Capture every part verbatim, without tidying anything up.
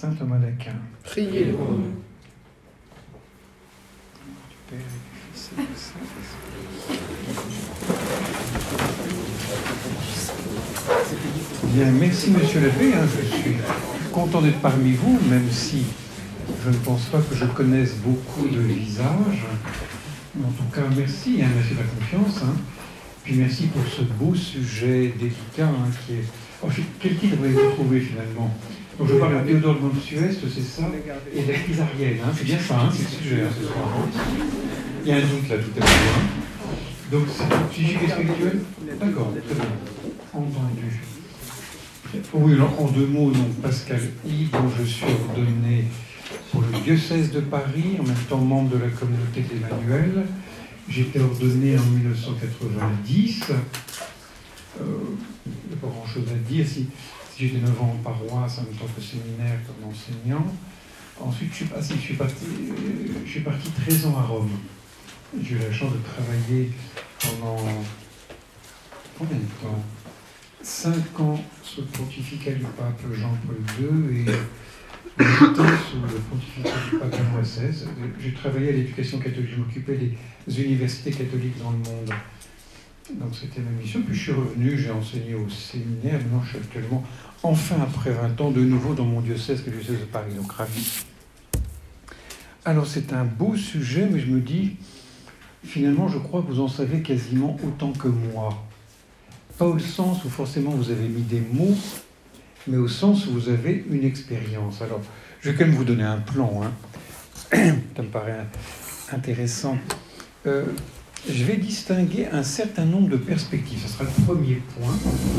Saint Thomas d'Aquin. Priez pour nous. Bien, merci Monsieur l'abbé. Hein, je suis content d'être parmi vous, même si je ne pense pas que je connaisse beaucoup de visages. En tout cas, merci, hein, merci de la confiance. Hein. Puis merci pour ce beau sujet délicat hein, qui est... Oh, quel titre vous avez trouvé finalement? Donc je parle de Théodore de Montsuest, c'est ça, et de la crise arienne. Hein. C'est bien ça, hein, c'est le sujet hein, ce soir. Il y a un doute là tout à l'heure. Hein. Donc c'est un psychique et spirituel? D'accord, très bien. Entendu. Oui, alors en deux mots, donc Pascal I, dont je suis ordonné pour le diocèse de Paris, en même temps membre de la communauté d'Emmanuel. J'ai été ordonné en mille neuf cent quatre-vingt-dix. Euh, il n'y a pas grand-chose à dire. Si, si j'étais neuf ans en paroisse, en même temps que séminaire, comme enseignant. Ensuite, je suis, ah, si, je suis parti, euh, je suis parti treize ans à Rome. J'ai eu la chance de travailler pendant... Combien de temps? cinq ans sous le pontificat du pape Jean-Paul deux et huit ans sous le pontificat du pape Benoît seize. J'ai travaillé à l'éducation catholique, je m'occupais des universités catholiques dans le monde. Donc c'était ma mission. Puis je suis revenu, j'ai enseigné au séminaire. Maintenant je suis actuellement, enfin après vingt ans, de nouveau dans mon diocèse, le diocèse de Paris. Donc ravi. Alors c'est un beau sujet, mais je me dis, finalement je crois que vous en savez quasiment autant que moi. Pas au sens où forcément vous avez mis des mots, mais au sens où vous avez une expérience. Alors, je vais quand même vous donner un plan. Hein. Ça me paraît intéressant. Euh, je vais distinguer un certain nombre de perspectives. Ce sera le premier point.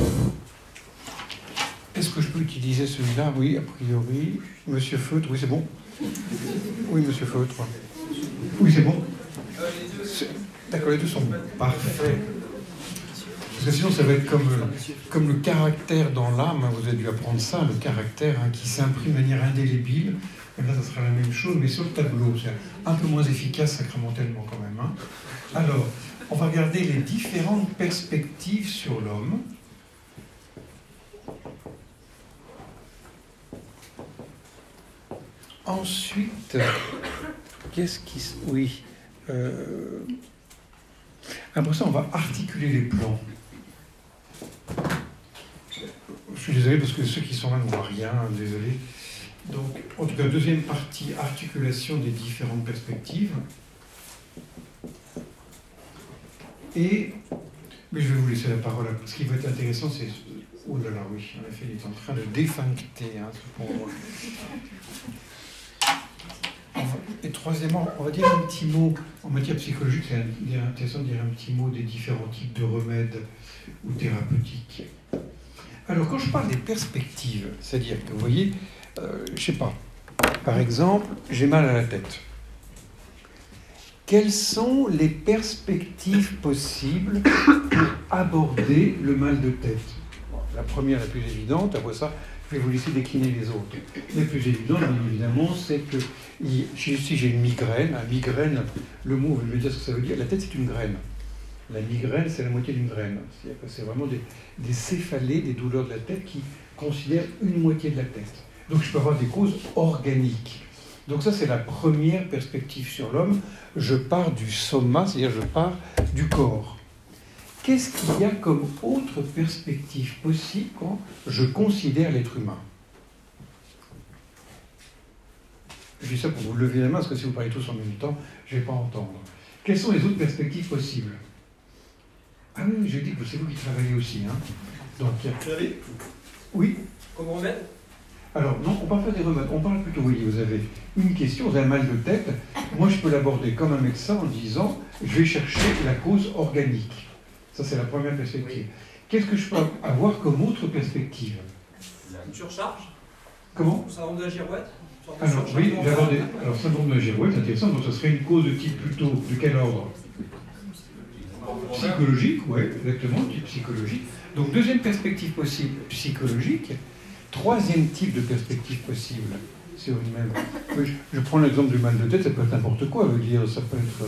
Est-ce que je peux utiliser celui-là? Oui, a priori. Monsieur Feutre, oui, c'est bon. Oui, Monsieur Feutre. Oui, c'est bon. D'accord, les deux sont parfaits. Parce que sinon, ça va être comme, comme le caractère dans l'âme, hein, vous avez dû apprendre ça, le caractère hein, qui s'imprime de manière indélébile. Et là, ça sera la même chose, mais sur le tableau. C'est un peu moins efficace sacramentellement quand même. Hein. Alors, on va regarder les différentes perspectives sur l'homme. Ensuite, qu'est-ce qui... Oui. Euh... Après ça, on va articuler les plans. Je suis désolé parce que ceux qui sont là ne voient rien, désolé. Donc, en tout cas, deuxième partie, articulation des différentes perspectives. Et, mais je vais vous laisser la parole. Ce qui va être intéressant, c'est... Oh là là, oui, en effet, il est en train de défuncter, hein, ce pauvre. Et troisièmement, on va dire un petit mot, en matière psychologique, c'est intéressant de dire un petit mot des différents types de remèdes ou thérapeutiques. Alors, quand je parle des perspectives, c'est-à-dire que, vous voyez, euh, je ne sais pas, par exemple, j'ai mal à la tête. Quelles sont les perspectives possibles pour aborder le mal de tête? Bon, la première, la plus évidente, après ça, je vais vous laisser décliner les autres. Les plus évidentes, bien évidemment, c'est que si j'ai une migraine, la migraine, le mot, vous me dire ce que ça veut dire, la tête c'est une graine. La migraine, c'est la moitié d'une graine. C'est-à-dire que c'est vraiment des, des céphalées, des douleurs de la tête qui considèrent une moitié de la tête. Donc je peux avoir des causes organiques. Donc ça, c'est la première perspective sur l'homme. Je pars du soma, c'est-à-dire je pars du corps. Qu'est-ce qu'il y a comme autre perspective possible quand je considère l'être humain? Je dis ça pour vous lever la main, parce que si vous parlez tous en même temps, je ne vais pas entendre. Quelles sont les autres perspectives possibles? Ah oui, je dis que c'est vous qui travaillez aussi. Hein. Donc, il y a... Vous avez? Oui. Comme remède? Alors, non, on parle pas des remèdes. On parle plutôt, oui, vous avez une question, vous avez un mal de tête. Moi, je peux l'aborder comme un médecin en disant, je vais chercher la cause organique. Ça, c'est la première perspective. Oui. Qu'est-ce que je peux avoir comme autre perspective? Une surcharge? Comment? Le syndrome de la girouette? Alors, oui, d'abord, des... alors, syndrome de la girouette, c'est intéressant. Donc, ça serait une cause de type plutôt de quel ordre? Psychologique, oui, exactement, type psychologique. Donc, deuxième perspective possible, psychologique. Troisième type de perspective possible sur une même. Je, je prends l'exemple du mal de tête, ça peut être n'importe quoi, veut dire, ça peut être.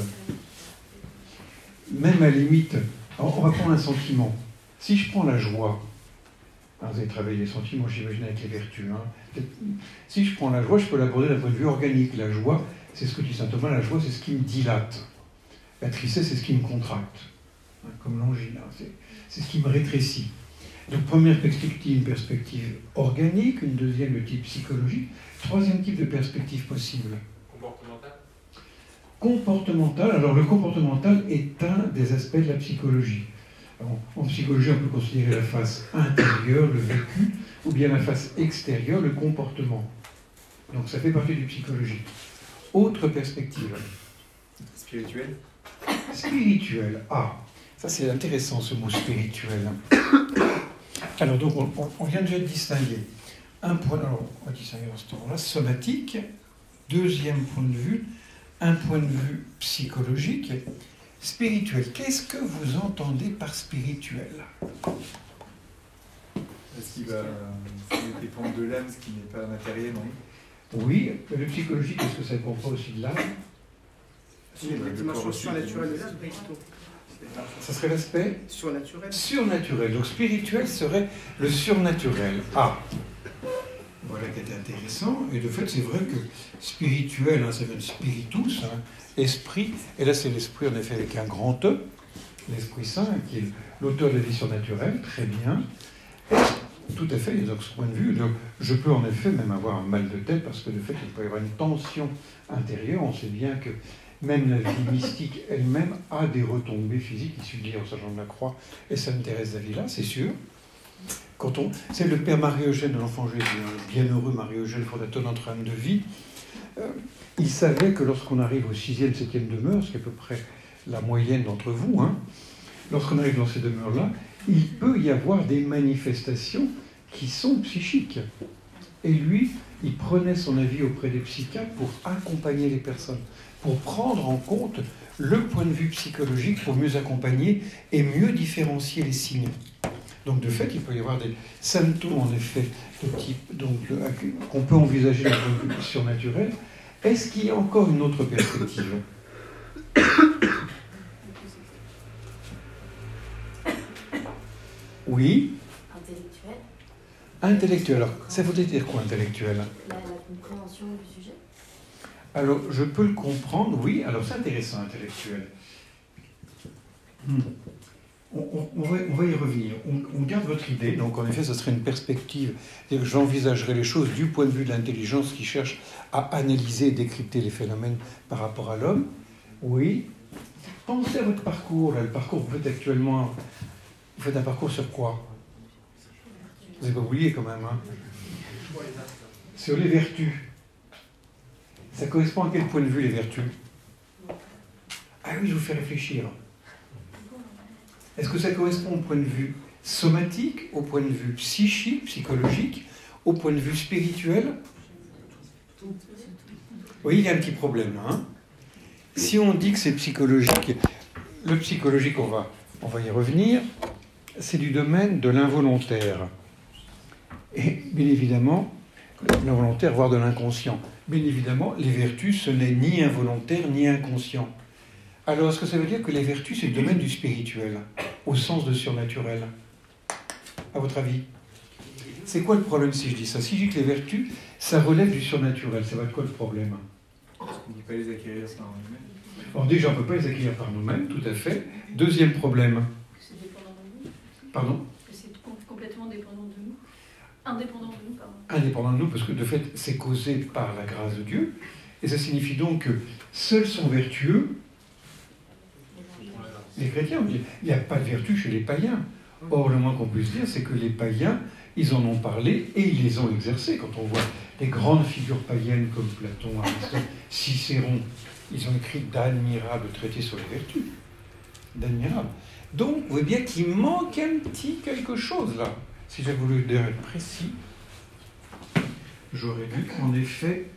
Même à la limite, alors on va prendre un sentiment. Si je prends la joie, Hein, vous avez travaillé les sentiments, j'imagine, avec les vertus. Hein. Si je prends la joie, je peux l'aborder d'un point de vue organique. La joie, c'est ce que dit saint Thomas, la joie, c'est ce qui me dilate. La tristesse, c'est ce qui me contracte. Hein, comme l'angine, hein, c'est ce qui me rétrécit. Donc, première perspective, une perspective organique, une deuxième, le type psychologique. Troisième type de perspective possible. Comportemental. Comportemental. Alors, le comportemental est un des aspects de la psychologie. Alors, en psychologie, on peut considérer la face intérieure, le vécu, ou bien la face extérieure, le comportement. Donc, ça fait partie du psychologique. Autre perspective. Spirituel. Spirituel. Ah, ça c'est intéressant ce mot spirituel. Alors, donc, on, on vient déjà de distinguer un point, alors, on va distinguer dans ce temps-là, somatique, deuxième point de vue, un point de vue psychologique, spirituel. Qu'est-ce que vous entendez par spirituel? Est-ce qu'il va dépendre de l'âme, ce qui n'est pas matériel, non? Oui, le psychologique, est-ce que ça comprend aussi de l'âme? C'est une dimension surnaturelle de l'âme. Ça serait l'aspect surnaturel. Surnaturel. Donc spirituel serait le surnaturel. Ah, voilà qui était intéressant. Et de fait, c'est vrai que spirituel, hein, ça vient de spiritus, hein, esprit. Et là, c'est l'esprit, en effet, avec un grand E, l'Esprit Saint, qui est l'auteur de la vie surnaturelle. Très bien. Et, tout à fait, et donc ce point de vue, donc, je peux en effet même avoir un mal de tête, parce que de fait, il peut y avoir une tension intérieure. On sait bien que même la vie mystique elle-même a des retombées physiques. Il suffit de lire Saint Jean de la Croix et Sainte Thérèse d'Avila, c'est sûr. Quand on, c'est le père Marie-Eugène de l'Enfant Jésus, un bienheureux Marie-Eugène, fondateur de notre âme de vie. Euh, il savait que lorsqu'on arrive au sixième, septième demeure, ce qui est à peu près la moyenne d'entre vous, hein, lorsqu'on arrive dans ces demeures-là, il peut y avoir des manifestations qui sont psychiques. Et lui, il prenait son avis auprès des psychiatres pour accompagner les personnes, pour prendre en compte le point de vue psychologique, pour mieux accompagner et mieux différencier les signes. Donc, de fait, il peut y avoir des symptômes, en effet, de type donc, qu'on peut envisager d'un point de vue surnaturel. Est-ce qu'il y a encore une autre perspective ? Oui. Intellectuel. Intellectuel. Alors, ça voudrait dire quoi, intellectuel ? La, la compréhension du sujet. Alors, je peux le comprendre, oui. Alors, c'est intéressant, intellectuel. Hmm. On, on, on, va, on va y revenir. On, on garde votre idée. Donc, en effet, ce serait une perspective. C'est-à-dire que j'envisagerais les choses du point de vue de l'intelligence qui cherche à analyser et décrypter les phénomènes par rapport à l'homme. Oui. Pensez à votre parcours. Là, le parcours que vous faites actuellement. Vous faites un parcours sur quoi ? Vous n'avez pas oublié quand même, hein ? Sur les vertus. Ça correspond à quel point de vue, les vertus ? Ah oui, je vous fais réfléchir. Est-ce que ça correspond au point de vue somatique, au point de vue psychique, psychologique, au point de vue spirituel ? Oui, il y a un petit problème là. Hein ? Si on dit que c'est psychologique, le psychologique, on va, on va y revenir, c'est du domaine de l'involontaire. Et bien évidemment, l'involontaire, voire de l'inconscient. Bien évidemment, les vertus, ce n'est ni involontaire ni inconscient. Alors, est-ce que ça veut dire que les vertus, c'est le domaine du spirituel, au sens de surnaturel ? À votre avis ? C'est quoi le problème si je dis ça ? Si je dis que les vertus, ça relève du surnaturel, ça va être quoi le problème ? On ne peut pas les acquérir par nous-mêmes. Alors déjà, on ne peut pas les acquérir par nous-mêmes, tout à fait. Deuxième problème. C'est dépendant de nous. Pardon ? C'est complètement dépendant de nous. Indépendant de nous, pardon. Indépendant de nous, parce que de fait, c'est causé par la grâce de Dieu. Et ça signifie donc que seuls sont vertueux les chrétiens. On dit, il n'y a pas de vertu chez les païens. Or, le moins qu'on puisse dire, c'est que les païens, ils en ont parlé et ils les ont exercés. Quand on voit les grandes figures païennes comme Platon, Aristote, Cicéron, ils ont écrit d'admirables traités sur les vertus. D'admirables. Donc, vous voyez bien qu'il manque un petit quelque chose là. Si j'avais voulu être précis, j'aurais dû, en effet,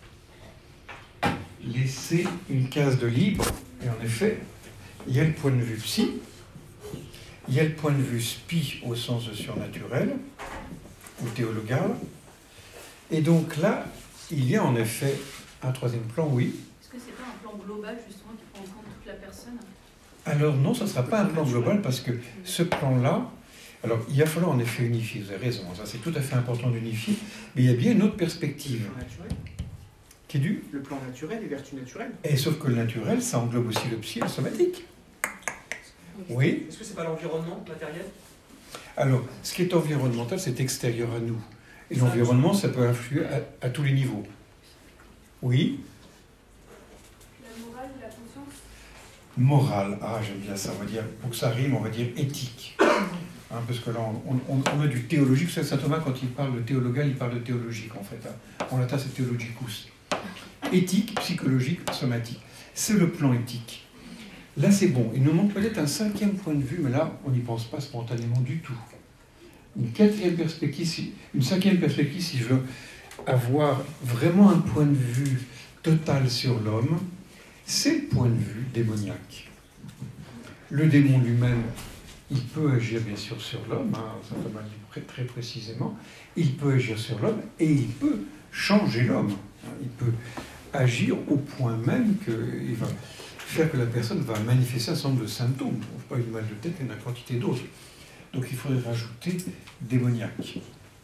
laisser une case de libre. Et en effet, il y a le point de vue psy, il y a le point de vue spi au sens de surnaturel, ou théologal. Et donc là, il y a en effet un troisième plan, oui. Est-ce que c'est pas un plan global, justement, qui prend en compte toute la personne ? Alors non, ce ne sera pas un plan global, parce que ce plan-là, Alors, il va falloir en effet unifier, vous avez raison, ça c'est tout à fait important d'unifier, mais il y a bien une autre perspective. Le plan naturel. Qui est du Le plan naturel, les vertus naturelles. Et sauf que le naturel, ça englobe aussi le psy et le somatique. Oui. Est-ce que c'est pas l'environnement matériel? Alors, ce qui est environnemental, c'est extérieur à nous. Et Ça, l'environnement, ça peut influer à, à tous les niveaux. Oui. La morale et la conscience. Morale, ah j'aime bien ça, on va dire, pour que ça rime, on va dire éthique. Hein, parce que là, on, on, on a du théologique, c'est saint Thomas, quand il parle de théologal, il parle de théologique en fait. Hein. En latin, c'est theologicus. Éthique, psychologique, somatique. C'est le plan éthique. Là, c'est bon. Il nous manque peut-être un cinquième point de vue, mais là, on n'y pense pas spontanément du tout. Une quatrième perspective, si, une cinquième perspective, si je veux avoir vraiment un point de vue total sur l'homme, c'est le point de vue démoniaque. Le démon lui-même, il peut agir bien sûr sur l'homme, hein, ça va dire très précisément, il peut agir sur l'homme et il peut changer l'homme. Il peut agir au point même qu'il va faire que la personne va manifester un certain nombre de symptômes. Pas une mal de tête et une quantité d'autres. Donc il faudrait rajouter démoniaque, qui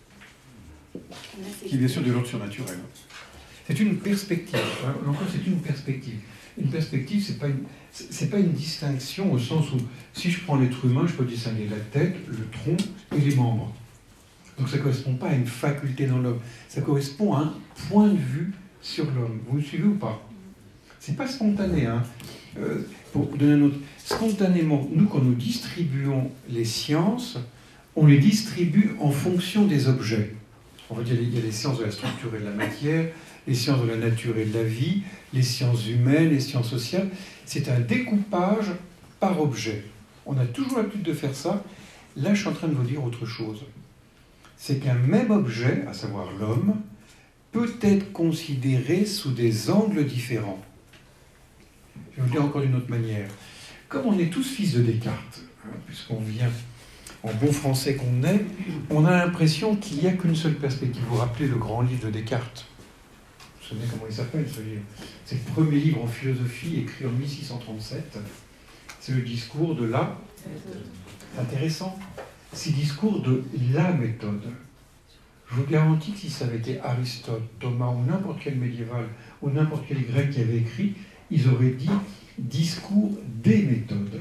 est bien sûr de l'ordre surnaturel. C'est une perspective. Encore, c'est une perspective. Une perspective, c'est pas une, c'est pas une distinction au sens où, si je prends l'être humain, je peux distinguer la tête, le tronc et les membres. Donc ça ne correspond pas à une faculté dans l'homme. Ça correspond à un point de vue sur l'homme. Vous me suivez ou pas? C'est pas spontané. Hein. Euh, pour donner un autre, spontanément, nous, quand nous distribuons les sciences, on les distribue en fonction des objets. On va dire il y a les sciences de la structure et de la matière, les sciences de la nature et de la vie, les sciences humaines, les sciences sociales. C'est un découpage par objet. On a toujours l'habitude de faire ça. Là, je suis en train de vous dire autre chose. C'est qu'un même objet, à savoir l'homme, peut être considéré sous des angles différents. Je vais vous le dire encore d'une autre manière. Comme on est tous fils de Descartes, hein, puisqu'on vient en bon français qu'on est, on a l'impression qu'il n'y a qu'une seule perspective. Vous vous rappelez le grand livre de Descartes? Vous vous souvenez comment il s'appelle ce livre? C'est le premier livre en philosophie écrit en mille six cent trente-sept. C'est le discours de la... C'est intéressant. C'est le discours de la méthode. Je vous garantis que si ça avait été Aristote, Thomas ou n'importe quel médiéval ou n'importe quel grec qui avait écrit, ils auraient dit discours des méthodes.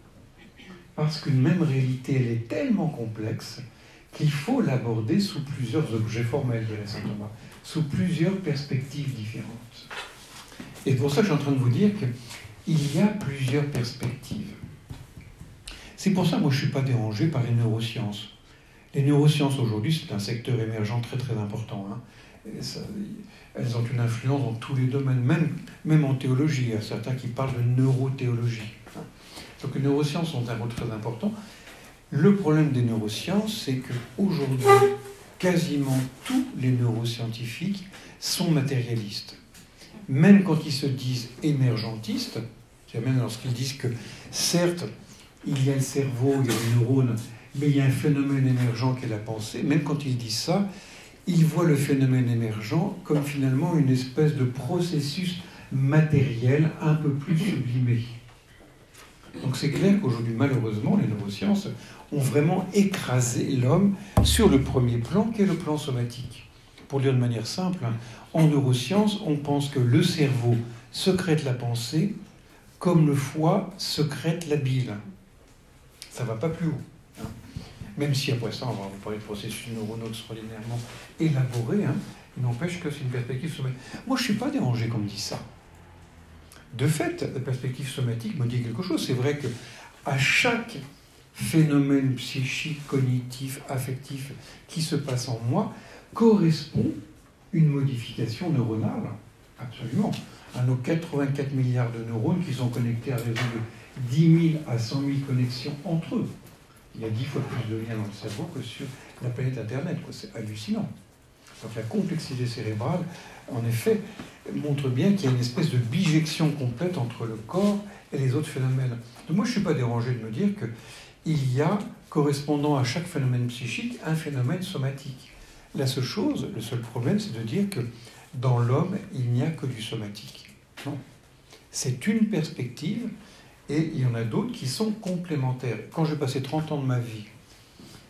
Parce qu'une même réalité, elle est tellement complexe qu'il faut l'aborder sous plusieurs objets formels, dirait saint Thomas, sous plusieurs perspectives différentes. Et pour ça, je suis en train de vous dire qu'il y a plusieurs perspectives. C'est pour ça que moi, je ne suis pas dérangé par les neurosciences. Les neurosciences, aujourd'hui, c'est un secteur émergent très très important. Hein. Et ça, elles ont une influence dans tous les domaines, même, même en théologie. Il y a certains qui parlent de neurothéologie. Donc les neurosciences ont un rôle très important. Le problème des neurosciences, c'est qu'aujourd'hui, quasiment tous les neuroscientifiques sont matérialistes. Même quand ils se disent émergentistes, c'est-à-dire même lorsqu'ils disent que, certes, il y a le cerveau, il y a les neurones, mais il y a un phénomène émergent qui est la pensée, même quand ils disent ça, ils voient le phénomène émergent comme finalement une espèce de processus matériel un peu plus sublimé. Donc c'est clair qu'aujourd'hui, malheureusement, les neurosciences ont vraiment écrasé l'homme sur le premier plan, qui est le plan somatique. Pour le dire de manière simple, en neurosciences, on pense que le cerveau sécrète la pensée comme le foie sécrète la bile. Ça ne va pas plus haut. Hein. Même si après ça, on va vous parler de processus neuronaux extraordinairement élaborés, hein, il n'empêche que c'est une perspective somatique. Moi, je ne suis pas dérangé comme dit ça. De fait, la perspective somatique me dit quelque chose. C'est vrai qu'à chaque phénomène psychique, cognitif, affectif qui se passe en moi, correspond une modification neuronale. Absolument. À nos quatre-vingt-quatre milliards de neurones qui sont connectés à un réseau de dix mille à cent mille connexions entre eux. Il y a dix fois plus de liens dans le cerveau que sur la planète Internet. C'est hallucinant. Donc la complexité cérébrale, en effet, montre bien qu'il y a une espèce de bijection complète entre le corps et les autres phénomènes. Donc moi, je ne suis pas dérangé de me dire qu'il y a, correspondant à chaque phénomène psychique, un phénomène somatique. La seule chose, le seul problème, c'est de dire que dans l'homme, il n'y a que du somatique. Non. C'est une perspective, et il y en a d'autres qui sont complémentaires. Quand j'ai passé trente ans de ma vie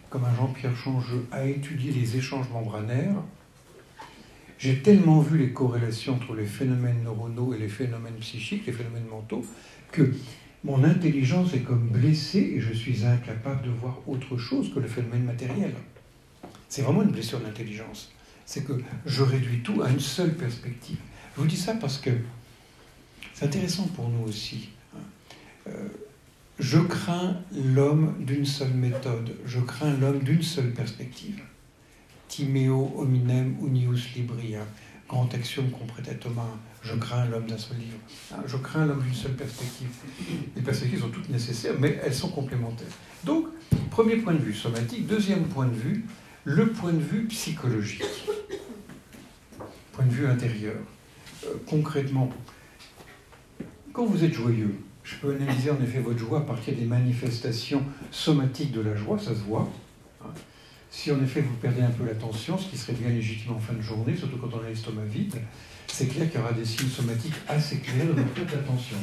comme un Jean-Pierre Changeux, à étudier les échanges membranaires, j'ai tellement vu les corrélations entre les phénomènes neuronaux et les phénomènes psychiques, les phénomènes mentaux, que mon intelligence est comme blessée et je suis incapable de voir autre chose que le phénomène matériel. C'est vraiment une blessure de l'intelligence. C'est que je réduis tout à une seule perspective. Je vous dis ça parce que c'est intéressant pour nous aussi. Euh, je crains l'homme d'une seule méthode. Je crains l'homme d'une seule perspective. Timeo hominem unius libri, hein, grand axiome qu'on prête à Thomas. Je crains l'homme d'un seul livre. Hein, je crains l'homme d'une seule perspective. Les perspectives sont toutes nécessaires, mais elles sont complémentaires. Donc, premier point de vue somatique. Deuxième point de vue, le point de vue psychologique. Point de vue intérieur. Euh, concrètement, quand vous êtes joyeux, je peux analyser en effet votre joie à partir des manifestations somatiques de la joie, ça se voit. Hein. Si en effet vous perdez un peu l'attention, ce qui serait bien légitime en fin de journée, surtout quand on a l'estomac vide, c'est clair qu'il y aura des signes somatiques assez clairs de votre taux d'attention.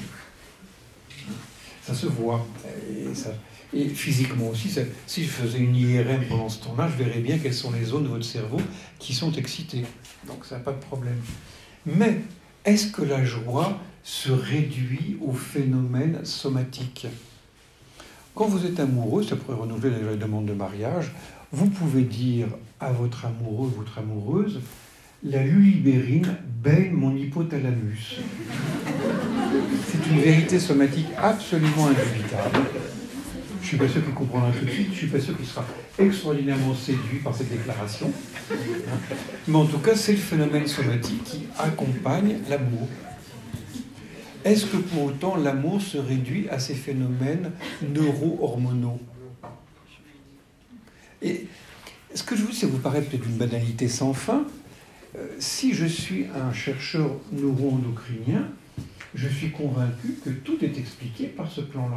Ça se voit. Et, ça, et physiquement aussi, ça, si je faisais une I R M pendant ce temps-là, je verrais bien quelles sont les zones de votre cerveau qui sont excitées. Donc ça n'a pas de problème. Mais est-ce que la joie se réduit au phénomène somatique? Quand vous êtes amoureux, ça pourrait renouveler la demande de mariage, vous pouvez dire à votre amoureux, votre amoureuse, la lulibérine baigne mon hypothalamus. C'est une vérité somatique absolument indubitable. Je ne suis pas sûr qu'il comprendra tout de suite, je ne suis pas sûr qu'il sera extraordinairement séduit par cette déclaration. Mais en tout cas, c'est le phénomène somatique qui accompagne l'amour. Est-ce que pour autant l'amour se réduit à ces phénomènes neuro-hormonaux? Et ce que je vous dis, ça vous paraît peut-être d'une banalité sans fin. Euh, si je suis un chercheur neuro-endocrinien, je suis convaincu que tout est expliqué par ce plan-là.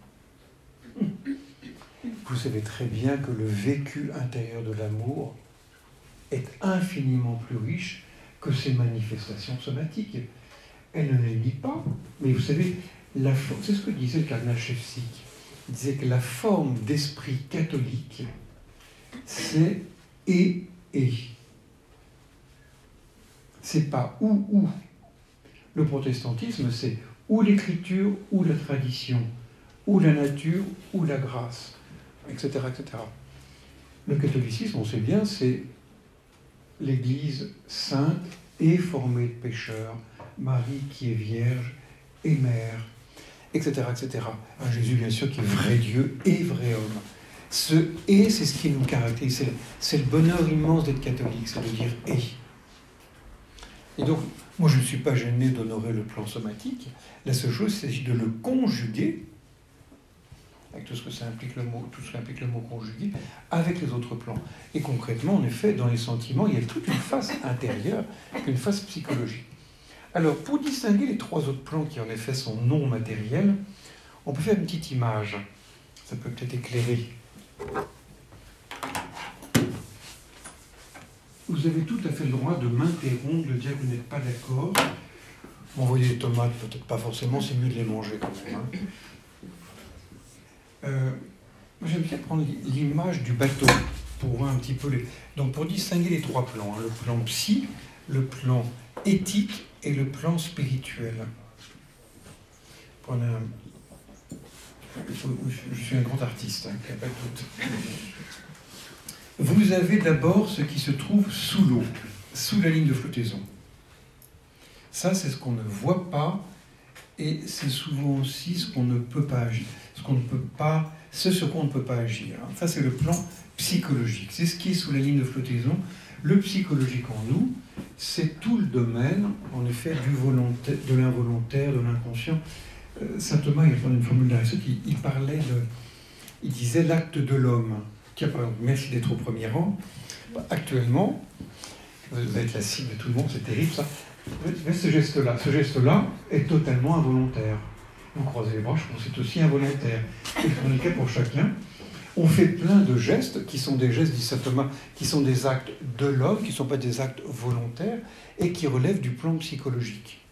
Vous savez très bien que le vécu intérieur de l'amour est infiniment plus riche que ses manifestations somatiques. Elle ne les nie pas, mais vous savez, la for- c'est ce que disait Karnaschewski. Il disait que la forme d'esprit catholique, c'est et et. C'est pas ou ou. Le protestantisme, c'est ou l'écriture ou la tradition, ou la nature ou la grâce, et cetera, et cetera. Le catholicisme, on sait bien, c'est l'Église sainte et formée de pécheurs, Marie qui est vierge et mère, et cetera, et cetera. Un Jésus, bien sûr, qui est vrai Dieu et vrai homme. Ce « et », c'est ce qui nous caractérise. C'est, c'est le bonheur immense d'être catholique, c'est de dire « et ». Et donc, moi, je ne suis pas gêné d'honorer le plan somatique. La seule chose, c'est de le conjuguer, avec tout ce que ça implique le mot, tout ce qu'implique le mot conjugué, avec les autres plans. Et concrètement, en effet, dans les sentiments, il y a toute une face intérieure, une face psychologique. Alors, pour distinguer les trois autres plans qui, en effet, sont non matériels, on peut faire une petite image. Ça peut peut-être éclairer. Vous avez tout à fait le droit de m'interrompre, de dire que vous n'êtes pas d'accord. M'envoyer des tomates, peut-être pas forcément, c'est mieux de les manger quand même. Hein. Euh, j'aime bien prendre l'image du bateau pour voir un petit peu les... Donc pour distinguer les trois plans, hein, le plan psy, le plan éthique et le plan spirituel. Prenez un... Je suis un grand artiste, hein, il n'y a pas de doute. Vous avez d'abord ce qui se trouve sous l'eau, sous la ligne de flottaison. Ça, c'est ce qu'on ne voit pas, et c'est souvent aussi ce qu'on ne peut pas agir. Ce qu'on ne peut pas, ce sur quoi on ne peut pas agir. Ça, c'est le plan psychologique. C'est ce qui est sous la ligne de flottaison. Le psychologique en nous, c'est tout le domaine, en effet, du volontaire, de l'involontaire, de l'inconscient. Euh, Saint Thomas, il prend une formule d'Aristote, il, il parlait de... Il disait l'acte de l'homme. Tiens, par exemple, merci d'être au premier rang. Actuellement, vous êtes la cible de tout le monde, c'est terrible ça. Mais ce geste-là, ce geste-là est totalement involontaire. Vous croisez les bras, je pense que c'est aussi involontaire. Et c'est le cas pour chacun. On fait plein de gestes qui sont des gestes, dit saint Thomas, qui sont des actes de l'homme, qui ne sont pas des actes volontaires, et qui relèvent du plan psychologique.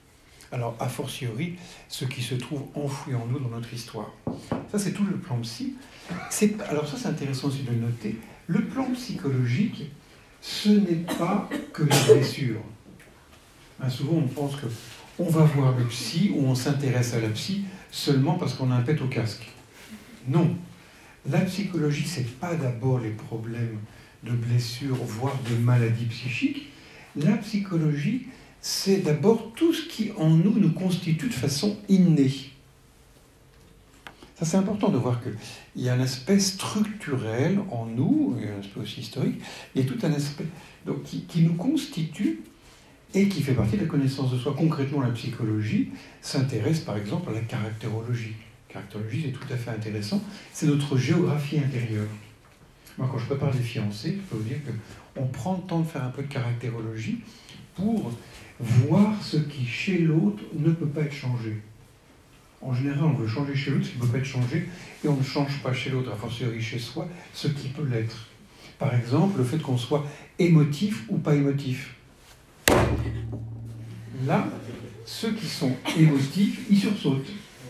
Alors, a fortiori, ce qui se trouve enfoui en nous dans notre histoire. Ça, c'est tout le plan psy. C'est, alors ça, c'est intéressant aussi de le noter. Le plan psychologique, ce n'est pas que les blessures. Hein, souvent, on pense qu'on va voir le psy ou on s'intéresse à la psy seulement parce qu'on a un pet au casque. Non. La psychologie, ce n'est pas d'abord les problèmes de blessures, voire de maladies psychiques. La psychologie, c'est d'abord tout ce qui en nous nous constitue de façon innée. Ça, c'est important de voir qu'il y a un aspect structurel en nous, et un aspect aussi historique, il y a tout un aspect donc, qui, qui nous constitue et qui fait partie de la connaissance de soi. Concrètement, la psychologie s'intéresse par exemple à la caractérologie. La caractérologie, c'est tout à fait intéressant. C'est notre géographie intérieure. Moi, quand je prépare des fiancés, je peux vous dire qu'on prend le temps de faire un peu de caractérologie pour voir ce qui, chez l'autre, ne peut pas être changé. En général, on veut changer chez l'autre ce qui ne peut pas être changé, et on ne change pas chez l'autre, a fortiori chez soi, ce qui peut l'être. Par exemple, le fait qu'on soit émotif ou pas émotif. Là, ceux qui sont émotifs, ils sursautent.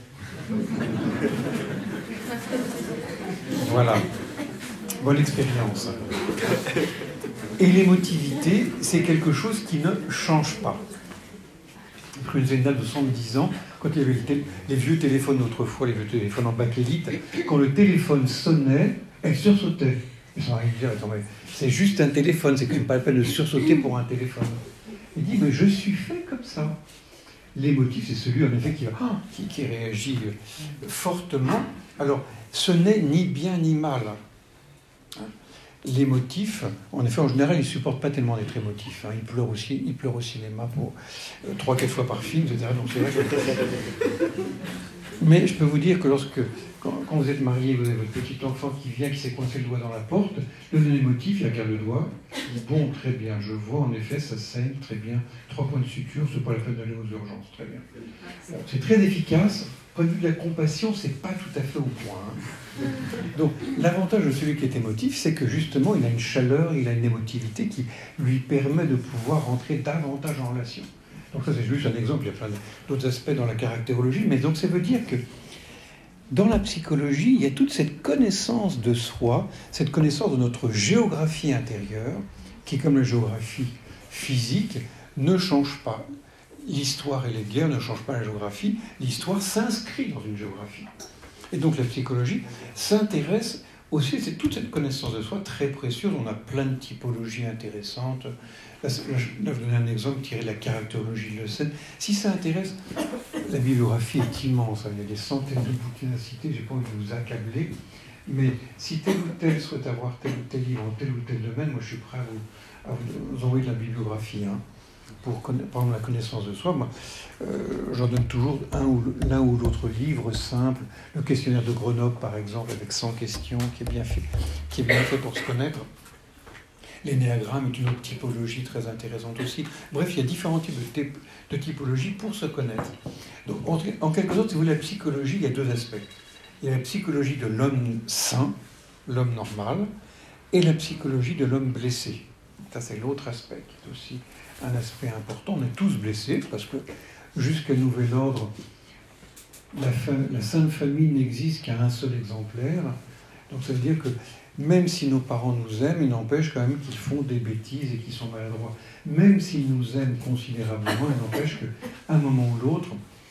Voilà. Bonne expérience. Et l'émotivité, c'est quelque chose qui ne change pas. Une Zénale de soixante-dix ans, quand il y avait les, les vieux téléphones autrefois, les vieux téléphones en bakélite, quand le téléphone sonnait, elle sursautait. Ils sont arrivés à dire, attends, mais c'est juste un téléphone, c'est quand même pas la peine de sursauter pour un téléphone. Il dit, mais je suis fait comme ça. L'émotif, c'est celui, en effet, qui, va, qui, qui réagit fortement. Alors, ce n'est ni bien ni mal. L'émotif, en effet, en général, il ne supporte pas tellement d'être émotif. Hein. Il pleure aussi, il pleure au cinéma pour euh, trois, quatre fois par film, et cetera. Donc c'est vrai que... Mais je peux vous dire que lorsque, quand, quand vous êtes marié, vous avez votre petit enfant qui vient, qui s'est coincé le doigt dans la porte, le émotif, il regarde le doigt, il dit, bon, très bien, je vois, en effet, ça saigne, très bien, trois points de suture, c'est pas la peine d'aller aux urgences, très bien. Alors, c'est très efficace. Point de vue de la compassion, c'est pas tout à fait au point. Hein. Donc, l'avantage de celui qui est émotif, c'est que justement, il a une chaleur, il a une émotivité qui lui permet de pouvoir rentrer davantage en relation. Donc ça, c'est juste un exemple, il y a plein d'autres aspects dans la caractérologie, mais donc ça veut dire que dans la psychologie, il y a toute cette connaissance de soi, cette connaissance de notre géographie intérieure, qui, comme la géographie physique, ne change pas. L'histoire et les guerres ne changent pas la géographie, l'histoire s'inscrit dans une géographie. Et donc la psychologie s'intéresse aussi, c'est toute cette connaissance de soi très précieuse, on a plein de typologies intéressantes. Là, je vais donner un exemple tiré de la caractérologie de Le Seine. Si ça intéresse, la bibliographie est immense, il y a des centaines de bouquins à citer, je n'ai pas envie de vous accabler, mais si tel ou tel souhaite avoir tel ou tel livre en tel ou tel domaine, moi je suis prêt à vous, à vous envoyer de la bibliographie. Hein. Pour prendre la connaissance de soi, moi, euh, j'en donne toujours un ou l'un ou l'autre livre simple, le questionnaire de Grenoble par exemple, avec cent questions, qui est bien fait, qui est bien fait pour se connaître. L'énéagramme est une autre typologie très intéressante aussi. Bref, il y a différents types de, typ- de typologies pour se connaître. Donc, en, en quelque sorte, si vous voulez, la psychologie, il y a deux aspects. Il y a la psychologie de l'homme sain, l'homme normal, et la psychologie de l'homme blessé. Ça, c'est l'autre aspect qui est aussi un aspect important. On est tous blessés parce que jusqu'à nouvel ordre, la, fa- la Sainte Famille n'existe qu'à un seul exemplaire. Donc ça veut dire que même si nos parents nous aiment, il n'empêche quand même qu'ils font des bêtises et qu'ils sont maladroits. Même s'ils nous aiment considérablement, il n'empêche qu'à un moment ou l'autre,